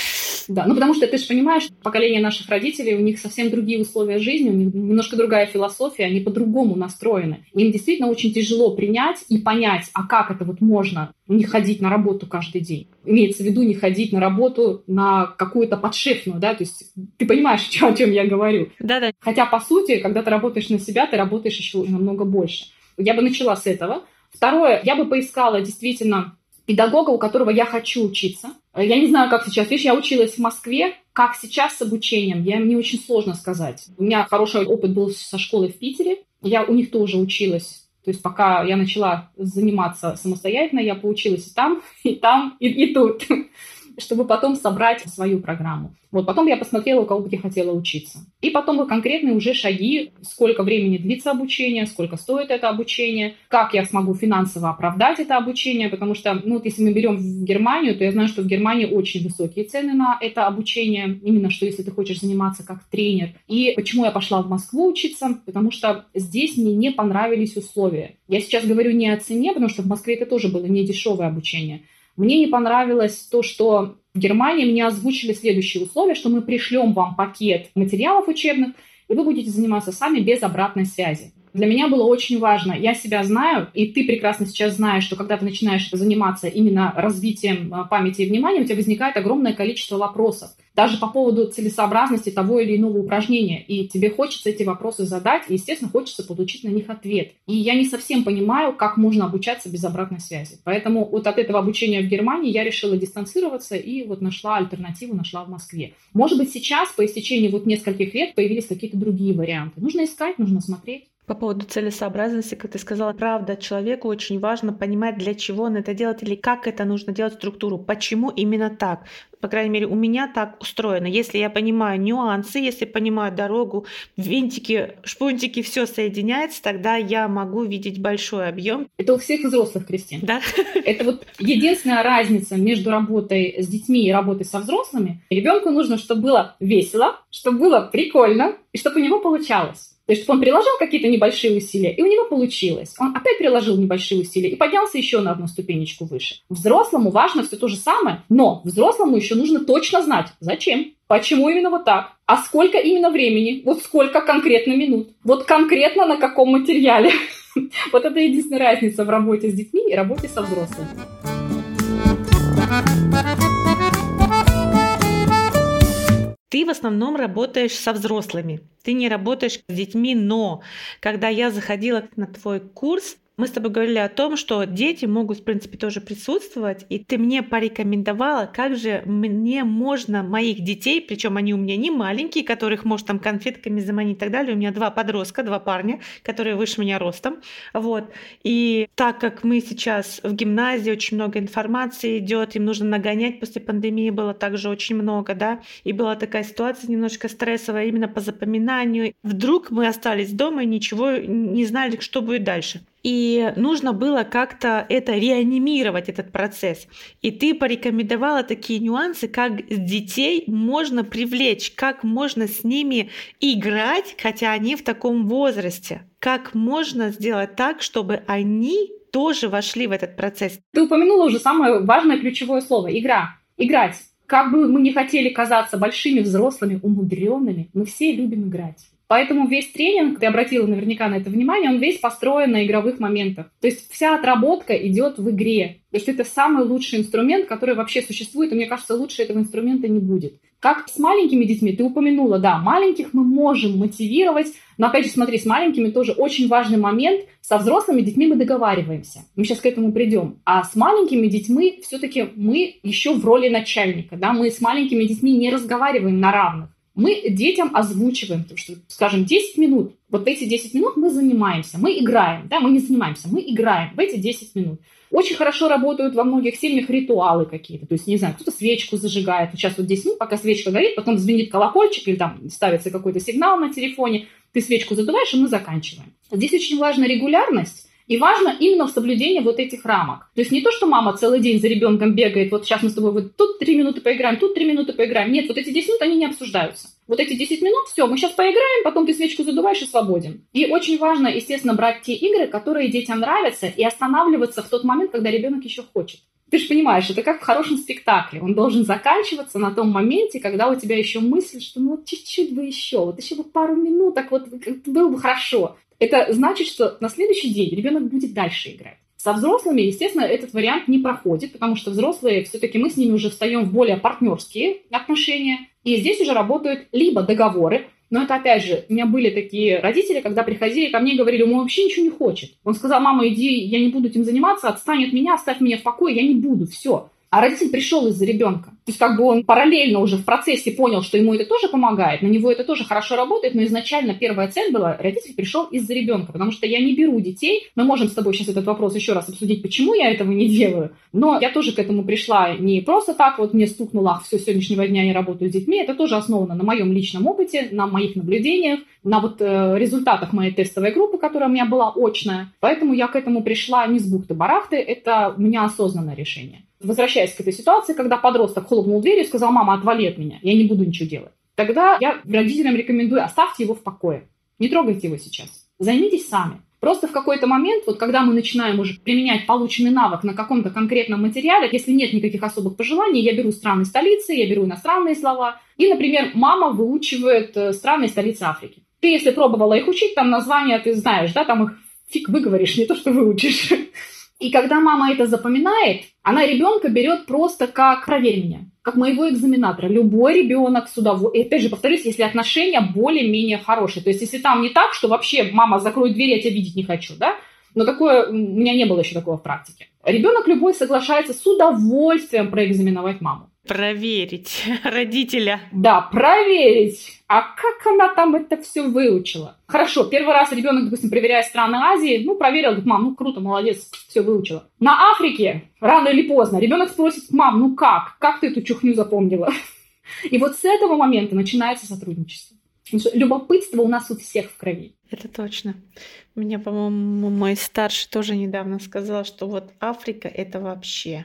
S2: Да, ну потому что ты же понимаешь, поколение наших родителей, у них совсем другие условия жизни, у них немножко другая философия, они по-другому настроены. Им действительно очень тяжело принять и понять, а как это вот можно не ходить на работу каждый день. Имеется в виду не ходить на работу на какую-то подшефную, да, то есть ты понимаешь, о чем я говорю.
S1: Да-да.
S2: Хотя, по сути, когда ты работаешь на себя, ты работаешь еще намного больше. Я бы начала с этого. Второе, я бы поискала действительно педагога, у которого я хочу учиться. Я не знаю, как сейчас. Видишь, я училась в Москве. Как сейчас с обучением, мне очень сложно сказать. У меня хороший опыт был со школой в Питере. Я у них тоже училась. То есть пока я начала заниматься самостоятельно, я поучилась и там, и там, и тут, чтобы потом собрать свою программу. Вот потом я посмотрела, у кого бы я хотела учиться. И потом конкретные уже шаги, сколько времени длится обучение, сколько стоит это обучение, как я смогу финансово оправдать это обучение, потому что, ну, вот если мы берем в Германию, то я знаю, что в Германии очень высокие цены на это обучение, именно что если ты хочешь заниматься как тренер. И почему я пошла в Москву учиться? Потому что здесь мне не понравились условия. Я сейчас говорю не о цене, потому что в Москве это тоже было не дешевое обучение. Мне не понравилось то, что в Германии мне озвучили следующие условия, что мы пришлем вам пакет материалов учебных, и вы будете заниматься сами без обратной связи. Для меня было очень важно, я себя знаю, и ты прекрасно сейчас знаешь, что когда ты начинаешь заниматься именно развитием памяти и внимания, у тебя возникает огромное количество вопросов, даже по поводу целесообразности того или иного упражнения, и тебе хочется эти вопросы задать, и, естественно, хочется получить на них ответ. И я не совсем понимаю, как можно обучаться без обратной связи. Поэтому вот от этого обучения в Германии я решила дистанцироваться и вот нашла альтернативу, нашла в Москве. Может быть, сейчас, по истечении вот нескольких лет, появились какие-то другие варианты. Нужно искать, нужно смотреть.
S1: По поводу целесообразности, как ты сказала, правда, человеку очень важно понимать, для чего он это делает или как это нужно делать, структуру, почему именно так. По крайней мере, у меня так устроено. Если я понимаю нюансы, если понимаю дорогу, винтики, шпунтики, все соединяется, тогда я могу видеть большой объем.
S2: Это у всех взрослых, Кристина.
S1: Да?
S2: Это вот единственная разница между работой с детьми и работой со взрослыми. Ребенку нужно, чтобы было весело, чтобы было прикольно и чтобы у него получалось. То есть, чтобы он приложил какие-то небольшие усилия, и у него получилось. Он опять приложил небольшие усилия и поднялся еще на одну ступенечку выше. Взрослому важно все то же самое, но взрослому еще нужно точно знать, зачем, почему именно вот так, а сколько именно времени, вот сколько конкретно минут, вот конкретно на каком материале. Вот это единственная разница в работе с детьми и работе со взрослыми.
S1: Ты в основном работаешь со взрослыми, ты не работаешь с детьми, но когда я заходила на твой курс, мы с тобой говорили о том, что дети могут, в принципе, тоже присутствовать, и ты мне порекомендовала, как же мне можно моих детей, причем они у меня не маленькие, которых может там конфетками заманить и так далее, у меня 2 подростка, 2 парня, которые выше меня ростом, вот. И так как мы сейчас в гимназии, очень много информации идет, им нужно нагонять, после пандемии было также очень много, да, и была такая ситуация немножко стрессовая именно по запоминанию. Вдруг мы остались дома и ничего не знали, что будет дальше. И нужно было как-то это реанимировать, этот процесс. И ты порекомендовала такие нюансы, как детей можно привлечь, как можно с ними играть, хотя они в таком возрасте. Как можно сделать так, чтобы они тоже вошли в этот процесс.
S2: Ты упомянула уже самое важное ключевое слово – игра. Играть. Как бы мы ни хотели казаться большими взрослыми, умудренными, мы все любим играть. Поэтому весь тренинг, ты обратила наверняка на это внимание, он весь построен на игровых моментах. То есть вся отработка идет в игре. Потому что это самый лучший инструмент, который вообще существует, и мне кажется, лучше этого инструмента не будет. Как с маленькими детьми, ты упомянула, да, маленьких мы можем мотивировать, но опять же, смотри, с маленькими тоже очень важный момент. Со взрослыми детьми мы договариваемся. Мы сейчас к этому придем. А с маленькими детьми все-таки мы еще в роли начальника. Да? Мы с маленькими детьми не разговариваем на равных. Мы детям озвучиваем, потому что, скажем, 10 минут. Вот эти 10 минут мы занимаемся, мы играем. Да, мы не занимаемся, мы играем в эти 10 минут. Очень хорошо работают во многих семьях ритуалы какие-то. То есть, не знаю, кто-то свечку зажигает. Сейчас вот 10 минут, пока свечка горит, потом звенит колокольчик или там ставится какой-то сигнал на телефоне. Ты свечку задуваешь, и мы заканчиваем. Здесь очень важна регулярность. И важно именно в соблюдении вот этих рамок. То есть не то, что мама целый день за ребенком бегает, вот сейчас мы с тобой вот тут 3 минуты поиграем, тут 3 минуты поиграем. Нет, вот эти 10 минут, они не обсуждаются. Вот эти 10 минут, все, мы сейчас поиграем, потом ты свечку задуваешь и свободен. И очень важно, естественно, брать те игры, которые детям нравятся, и останавливаться в тот момент, когда ребенок еще хочет. Ты же понимаешь, это как в хорошем спектакле. Он должен заканчиваться на том моменте, когда у тебя еще мысль, что ну вот чуть-чуть бы еще, вот еще бы пару минуток, вот было бы хорошо. Это значит, что на следующий день ребенок будет дальше играть. Со взрослыми, естественно, этот вариант не проходит, потому что взрослые, все-таки мы с ними уже встаем в более партнерские отношения, и здесь уже работают либо договоры, но это, опять же, у меня были такие родители, когда приходили ко мне и говорили, он вообще ничего не хочет. Он сказал, мама, иди, я не буду этим заниматься, отстань от меня, оставь меня в покое, я не буду, все. А родитель пришел из-за ребенка. То есть как бы он параллельно уже в процессе понял, что ему это тоже помогает, на него это тоже хорошо работает, но изначально первая цель была, родитель пришел из-за ребенка, потому что я не беру детей. Мы можем с тобой сейчас этот вопрос еще раз обсудить, почему я этого не делаю. Но я тоже к этому пришла не просто так, вот мне стукнуло, ах, все, с сегодняшнего дня я работаю с детьми. Это тоже основано на моем личном опыте, на моих наблюдениях, на вот результатах моей тестовой группы, которая у меня была очная. Поэтому я к этому пришла не с бухты-барахты, это у меня осознанное решение. Возвращаясь к этой ситуации, когда подросток хлопнул дверью и сказал, мама, отвали от меня, я не буду ничего делать. Тогда я родителям рекомендую, оставьте его в покое. Не трогайте его сейчас. Займитесь сами. Просто в какой-то момент, вот когда мы начинаем уже применять полученный навык на каком-то конкретном материале, если нет никаких особых пожеланий, я беру страны столицы, я беру иностранные слова. И, например, мама выучивает страны и столицы Африки. Ты, если пробовала их учить, там названия ты знаешь, да, там их фиг выговоришь, не то, что выучишь. И когда мама это запоминает, она ребенка берет просто как «проверь меня», как моего экзаменатора. Любой ребенок с удовольствием. И опять же, повторюсь, если отношения более-менее хорошие. То есть если там не так, что вообще мама, закрой дверь, я тебя видеть не хочу, да? Но такое, у меня не было еще такого в практике. Ребенок любой соглашается с удовольствием проэкзаменовать маму.
S1: Проверить родителя.
S2: Да, проверить. А как она там это все выучила? Хорошо, первый раз ребенок, допустим, проверяя страны Азии, проверил, говорит, мам, круто, молодец, все выучила. На Африке, рано или поздно, ребенок спросит, мам, как ты эту чухню запомнила? И вот с этого момента начинается сотрудничество. Потому что любопытство у нас у всех в крови.
S1: Это точно. Мне, по-моему, мой старший тоже недавно сказал, что вот Африка это вообще.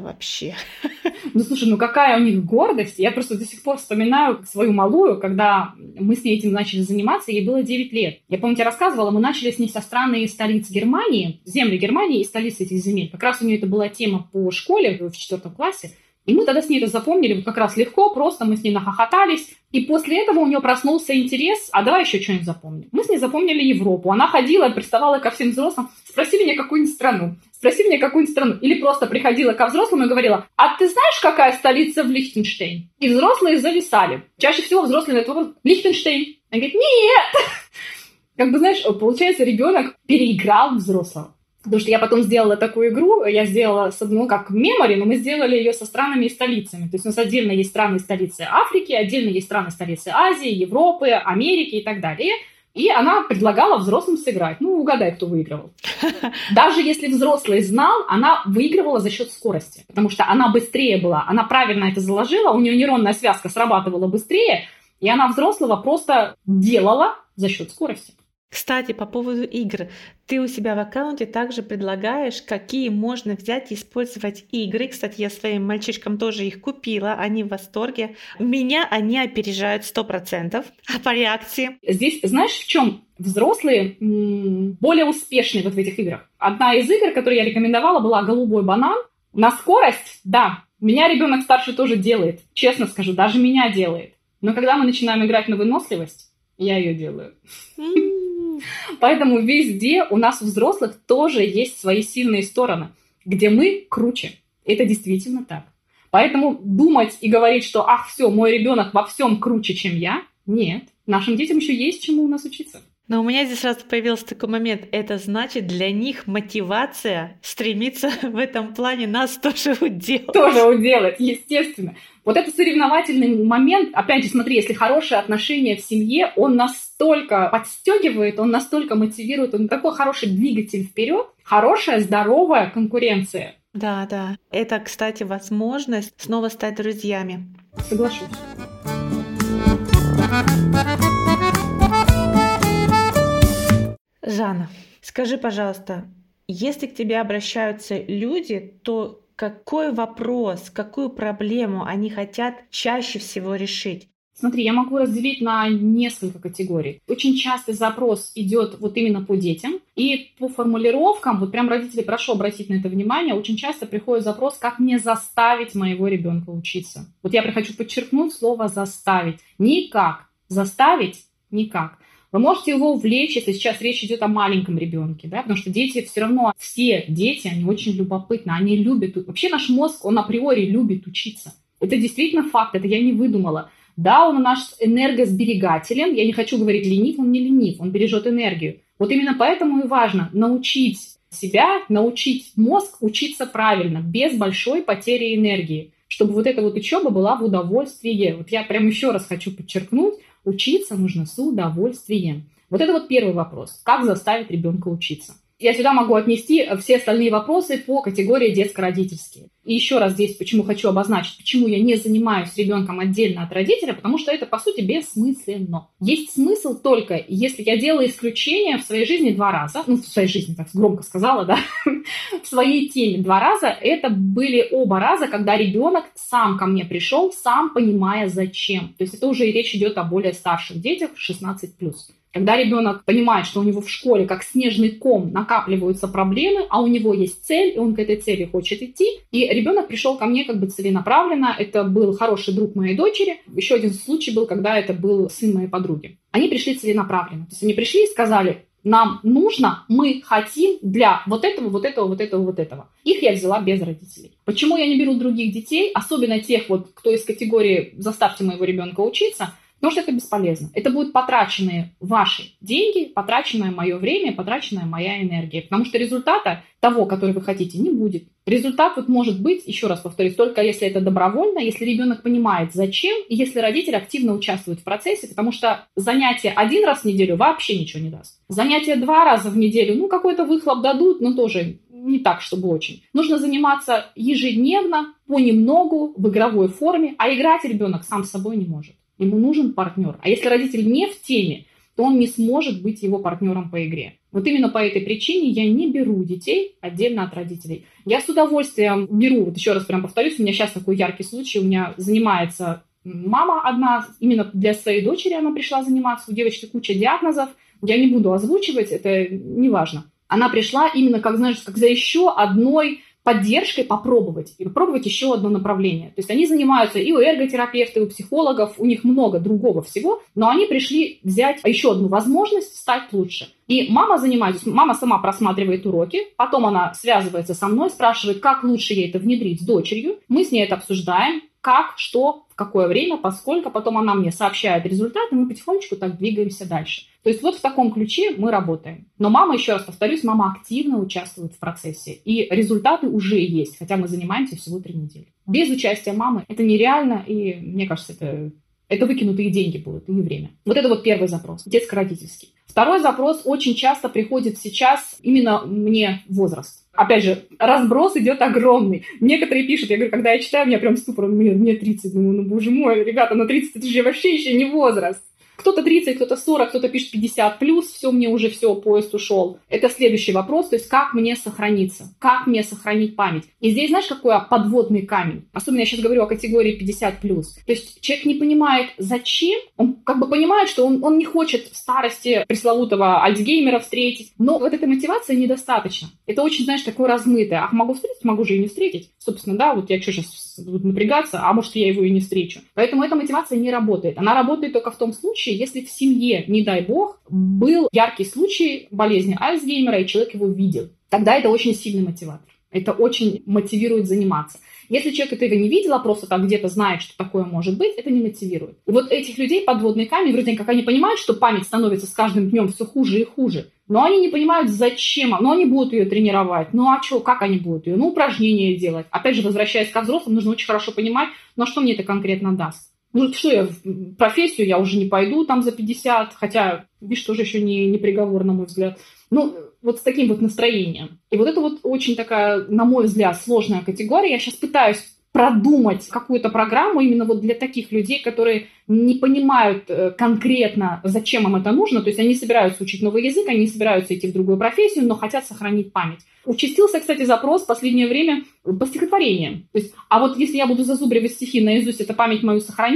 S2: Слушай, какая у них гордость. Я просто до сих пор вспоминаю свою малую, когда мы с ней этим начали заниматься, ей было 9 лет. Я, помню, тебе рассказывала, мы начали с ней со стран и столиц Германии, земли Германии и столицы этих земель. Как раз у нее это была тема по школе в 4 классе. И мы тогда с ней это запомнили вот как раз легко, просто мы с ней нахохотались. И после этого у нее проснулся интерес, а давай еще что-нибудь запомним. Мы с ней запомнили Европу. Она ходила, приставала ко всем взрослым, спроси меня какую-нибудь страну. Или просто приходила ко взрослым и говорила, а ты знаешь, какая столица в Лихтенштейн? И взрослые зависали. Чаще всего взрослые на этот вопрос, Лихтенштейн. Она говорит, нет! Получается, ребенок переиграл взрослого. Потому что я потом сделала такую игру, я сделала с одной, как мемори, но мы сделали ее со странами и столицами. То есть у нас отдельно есть страны и столицы Африки, отдельно есть страны и столицы Азии, Европы, Америки и так далее. И она предлагала взрослым сыграть. Угадай, кто выигрывал. Даже если взрослый знал, она выигрывала за счет скорости. Потому что она быстрее была, она правильно это заложила, у нее нейронная связка срабатывала быстрее, и она взрослого просто делала за счет скорости.
S1: Кстати, по поводу игр. Ты у себя в аккаунте также предлагаешь, какие можно взять и использовать игры. Кстати, я своим мальчишкам тоже их купила, они в восторге. Меня они опережают 100%. А по реакции?
S2: Здесь, знаешь, в чем взрослые более успешные вот в этих играх? Одна из игр, которую я рекомендовала, была «Голубой банан». На скорость, да, меня ребенок старший тоже делает. Честно скажу, даже меня делает. Но когда мы начинаем играть на выносливость, я ее делаю. Поэтому везде у нас у взрослых тоже есть свои сильные стороны, где мы круче. Это действительно так. Поэтому думать и говорить, что ах, все, мой ребенок во всем круче, чем я, нет. Нашим детям еще есть чему у нас учиться.
S1: Но у меня здесь сразу появился такой момент. Это значит, для них мотивация стремиться в этом плане нас тоже уделать.
S2: Тоже уделать, естественно. Вот этот соревновательный момент, опять же, смотри, если хорошие отношения в семье, он настолько подстегивает, он настолько мотивирует, он такой хороший двигатель вперед, хорошая, здоровая конкуренция.
S1: Да. Это, кстати, возможность снова стать друзьями.
S2: Соглашусь.
S1: Жанна, скажи, пожалуйста, если к тебе обращаются люди, то какой вопрос, какую проблему они хотят чаще всего решить?
S2: Смотри, я могу разделить на несколько категорий. Очень часто запрос идет вот именно по детям. И по формулировкам, вот прям родители, прошу обратить на это внимание, очень часто приходит запрос, как мне заставить моего ребенка учиться. Вот я хочу подчеркнуть слово «заставить». Никак. Заставить – никак. Вы можете его увлечь, если сейчас речь идет о маленьком ребенке, да, потому что дети все равно, все дети, они очень любопытны, они любят, вообще наш мозг, он априори любит учиться. Это действительно факт, это я не выдумала. Да, он у нас энергосберегателен, я не хочу говорить ленив, он не ленив, он бережет энергию. Вот именно поэтому и важно научить себя, научить мозг учиться правильно, без большой потери энергии, чтобы вот эта вот учеба была в удовольствие. Вот я прям еще раз хочу подчеркнуть, учиться нужно с удовольствием. Вот это вот первый вопрос. Как заставить ребенка учиться? Я сюда могу отнести все остальные вопросы по категории детско-родительские. И еще раз здесь почему хочу обозначить, почему я не занимаюсь ребенком отдельно от родителя, потому что это, по сути, бессмысленно. Есть смысл только, если я делаю исключение в своей жизни 2 раза, в своей жизни, так громко сказала, да, в своей теме 2 раза, это были оба раза, когда ребенок сам ко мне пришел, сам понимая зачем. То есть это уже и речь идет о более старших детях, 16+. Когда ребенок понимает, что у него в школе как снежный ком накапливаются проблемы, а у него есть цель, и он к этой цели хочет идти. И ребенок пришел ко мне как бы целенаправленно. Это был хороший друг моей дочери. Еще один случай был, когда это был сын моей подруги. Они пришли целенаправленно. То есть они пришли и сказали: нам нужно, мы хотим для вот этого, вот этого, вот этого, вот этого. Их я взяла без родителей. Почему я не беру других детей, особенно тех, вот, кто из категории «заставьте моего ребенка учиться», потому что это бесполезно. Это будут потраченные ваши деньги, потраченное мое время, потраченная моя энергия. Потому что результата того, который вы хотите, не будет. Результат вот может быть, еще раз повторюсь, только если это добровольно, если ребенок понимает зачем, и если родитель активно участвует в процессе, потому что занятие 1 раз в неделю вообще ничего не даст. Занятия 2 раза в неделю, какой-то выхлоп дадут, но тоже не так, чтобы очень. Нужно заниматься ежедневно, понемногу, в игровой форме, а играть ребенок сам с собой не может. Ему нужен партнер. А если родитель не в теме, то он не сможет быть его партнером по игре. Вот именно по этой причине я не беру детей отдельно от родителей. Я с удовольствием беру, вот еще раз прям повторюсь, у меня сейчас такой яркий случай, у меня занимается мама одна, именно для своей дочери она пришла заниматься, у девочки куча диагнозов, я не буду озвучивать, это не важно. Она пришла именно, как за еще одной поддержкой попробовать еще одно направление. То есть они занимаются и у эрготерапевтов, и у психологов, у них много другого всего, но они пришли взять еще одну возможность стать лучше. И мама сама просматривает уроки, потом она связывается со мной, спрашивает, как лучше ей это внедрить с дочерью. Мы с ней это обсуждаем, как, что, в какое время, поскольку. Потом она мне сообщает результаты, мы потихонечку так двигаемся дальше. То есть вот в таком ключе мы работаем. Но мама, еще раз повторюсь, мама активно участвует в процессе. И результаты уже есть, хотя мы занимаемся всего 3 недели. Без участия мамы это нереально, и мне кажется, это выкинутые деньги будут, и время. Вот это вот первый запрос, детско-родительский. Второй запрос очень часто приходит сейчас именно мне возраст. Опять же, разброс идет огромный. Некоторые пишут, я говорю, когда я читаю, у меня прям ступор, мне 30, думаю, боже мой, ребята, 30 это же вообще еще не возраст. Кто-то 30, кто-то 40, кто-то пишет 50+, все, мне уже все, поезд ушел. Это следующий вопрос, то есть как мне сохраниться, как мне сохранить память. И здесь, знаешь, какой подводный камень? Особенно я сейчас говорю о категории 50+. То есть человек не понимает, зачем, он как бы понимает, что он не хочет в старости пресловутого Альцгеймера встретить, но вот этой мотивации недостаточно. Это очень, знаешь, такое размытое. Ах, могу встретить, могу же и не встретить. Собственно, да, вот я что сейчас буду напрягаться, а может, я его и не встречу. Поэтому эта мотивация не работает. Она работает только в том случае, если в семье, не дай бог, был яркий случай болезни Альцгеймера, и человек его видел. Тогда это очень сильный мотиватор. Это очень мотивирует заниматься. Если человек этого не видел, а просто так где-то знает, что такое может быть, это не мотивирует. И вот этих людей подводный камень, вроде как они понимают, что память становится с каждым днем все хуже и хуже, но они не понимают, зачем, но они будут ее тренировать. Как они будут ее? Упражнения делать. Опять же, возвращаясь ко взрослым, нужно очень хорошо понимать, что мне это конкретно даст. Что я в профессию, я уже не пойду там за 50, хотя, видишь, тоже еще не приговор, на мой взгляд. Вот с таким вот настроением. И вот это вот очень такая, на мой взгляд, сложная категория. Я сейчас пытаюсь продумать какую-то программу именно вот для таких людей, которые не понимают конкретно, зачем им это нужно. То есть они собираются учить новый язык, они не собираются идти в другую профессию, но хотят сохранить память. Участился, кстати, запрос в последнее время по стихотворениям. То есть, а вот если я буду зазубривать стихи наизусть, эта память мою сохранит?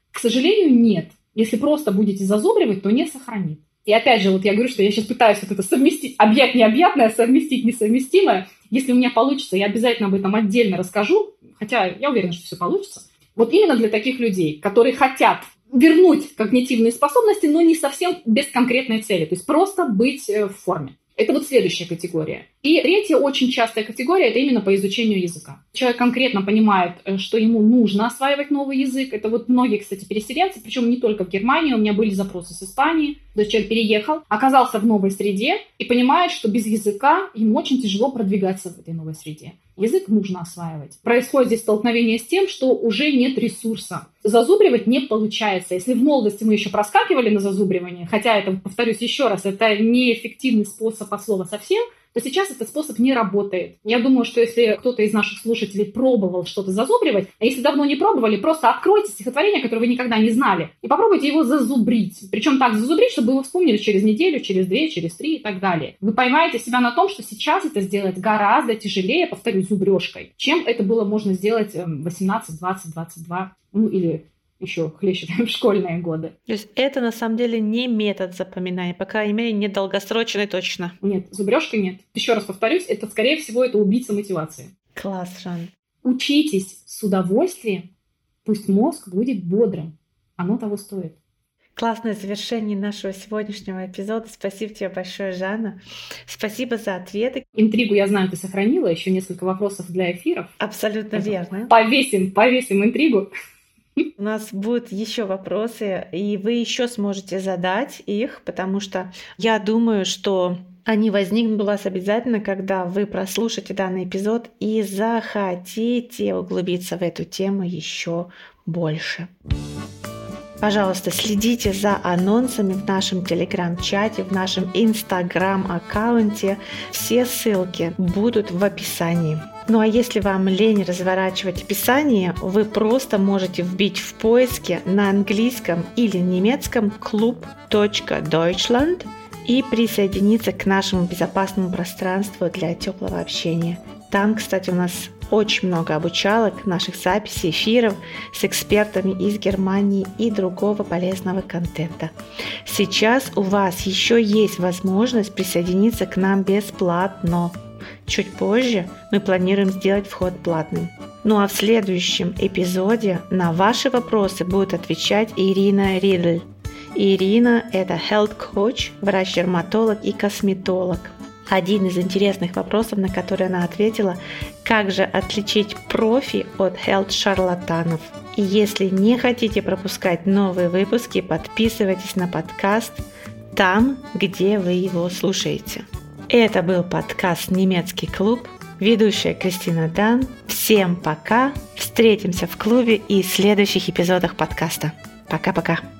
S2: К сожалению, нет. Если просто будете зазубривать, то не сохранит. И опять же, вот я говорю, что я сейчас пытаюсь вот это совместить, объять необъятное, совместить несовместимое. Если у меня получится, я обязательно об этом отдельно расскажу, хотя я уверена, что все получится. Вот именно для таких людей, которые хотят вернуть когнитивные способности, но не совсем без конкретной цели, то есть просто быть в форме. Это вот следующая категория. И третья очень частая категория – это именно по изучению языка. Человек конкретно понимает, что ему нужно осваивать новый язык. Это вот многие, кстати, переселенцы, причем не только в Германии. У меня были запросы с Испании. То есть человек переехал, оказался в новой среде и понимает, что без языка ему очень тяжело продвигаться в этой новой среде. Язык нужно осваивать. Происходит здесь столкновение с тем, что уже нет ресурса. Зазубривать не получается. Если в молодости мы еще проскакивали на зазубривание, хотя это, повторюсь еще раз, это неэффективный способ от слова совсем, то сейчас этот способ не работает. Я думаю, что если кто-то из наших слушателей пробовал что-то зазубривать, а если давно не пробовали, просто откройте стихотворение, которое вы никогда не знали, и попробуйте его зазубрить. Причем так зазубрить, чтобы вы вспомнили через неделю, через 2, через 3 и так далее. Вы поймаете себя на том, что сейчас это сделать гораздо тяжелее, повторюсь, зубрежкой, чем это было можно сделать 18, 20, 22, ну или еще хлеще в школьные годы.
S1: То есть это на самом деле не метод запоминания, по крайней мере, не долгосрочный точно.
S2: Нет, зубрежка нет. Еще раз повторюсь, это, скорее всего, это убийца мотивации.
S1: Класс, Жан.
S2: Учитесь с удовольствием, пусть мозг будет бодрым. Оно того стоит.
S1: Классное завершение нашего сегодняшнего эпизода. Спасибо тебе большое, Жанна. Спасибо за ответы.
S2: Интригу, я знаю, ты сохранила. Еще несколько вопросов для эфиров.
S1: Абсолютно верно.
S2: Повесим интригу.
S1: У нас будут еще вопросы, и вы еще сможете задать их, потому что я думаю, что они возникнут у вас обязательно, когда вы прослушаете данный эпизод и захотите углубиться в эту тему еще больше. Пожалуйста, следите за анонсами в нашем телеграм-чате, в нашем инстаграм-аккаунте. Все ссылки будут в описании. Ну а если вам лень разворачивать описание, вы просто можете вбить в поиске на английском или немецком club.deutschland и присоединиться к нашему безопасному пространству для теплого общения. Там, кстати, у нас очень много обучалок, наших записей, эфиров с экспертами из Германии и другого полезного контента. Сейчас у вас еще есть возможность присоединиться к нам бесплатно. Чуть позже мы планируем сделать вход платным. Ну а в следующем эпизоде на ваши вопросы будет отвечать Ирина Ридль. Ирина – это health coach, врач-дерматолог и косметолог. Один из интересных вопросов, на который она ответила, как же отличить профи от health-шарлатанов. И если не хотите пропускать новые выпуски, подписывайтесь на подкаст там, где вы его слушаете. Это был подкаст «Немецкий клуб», ведущая Кристина Дан. Всем пока, встретимся в клубе и в следующих эпизодах подкаста. Пока-пока.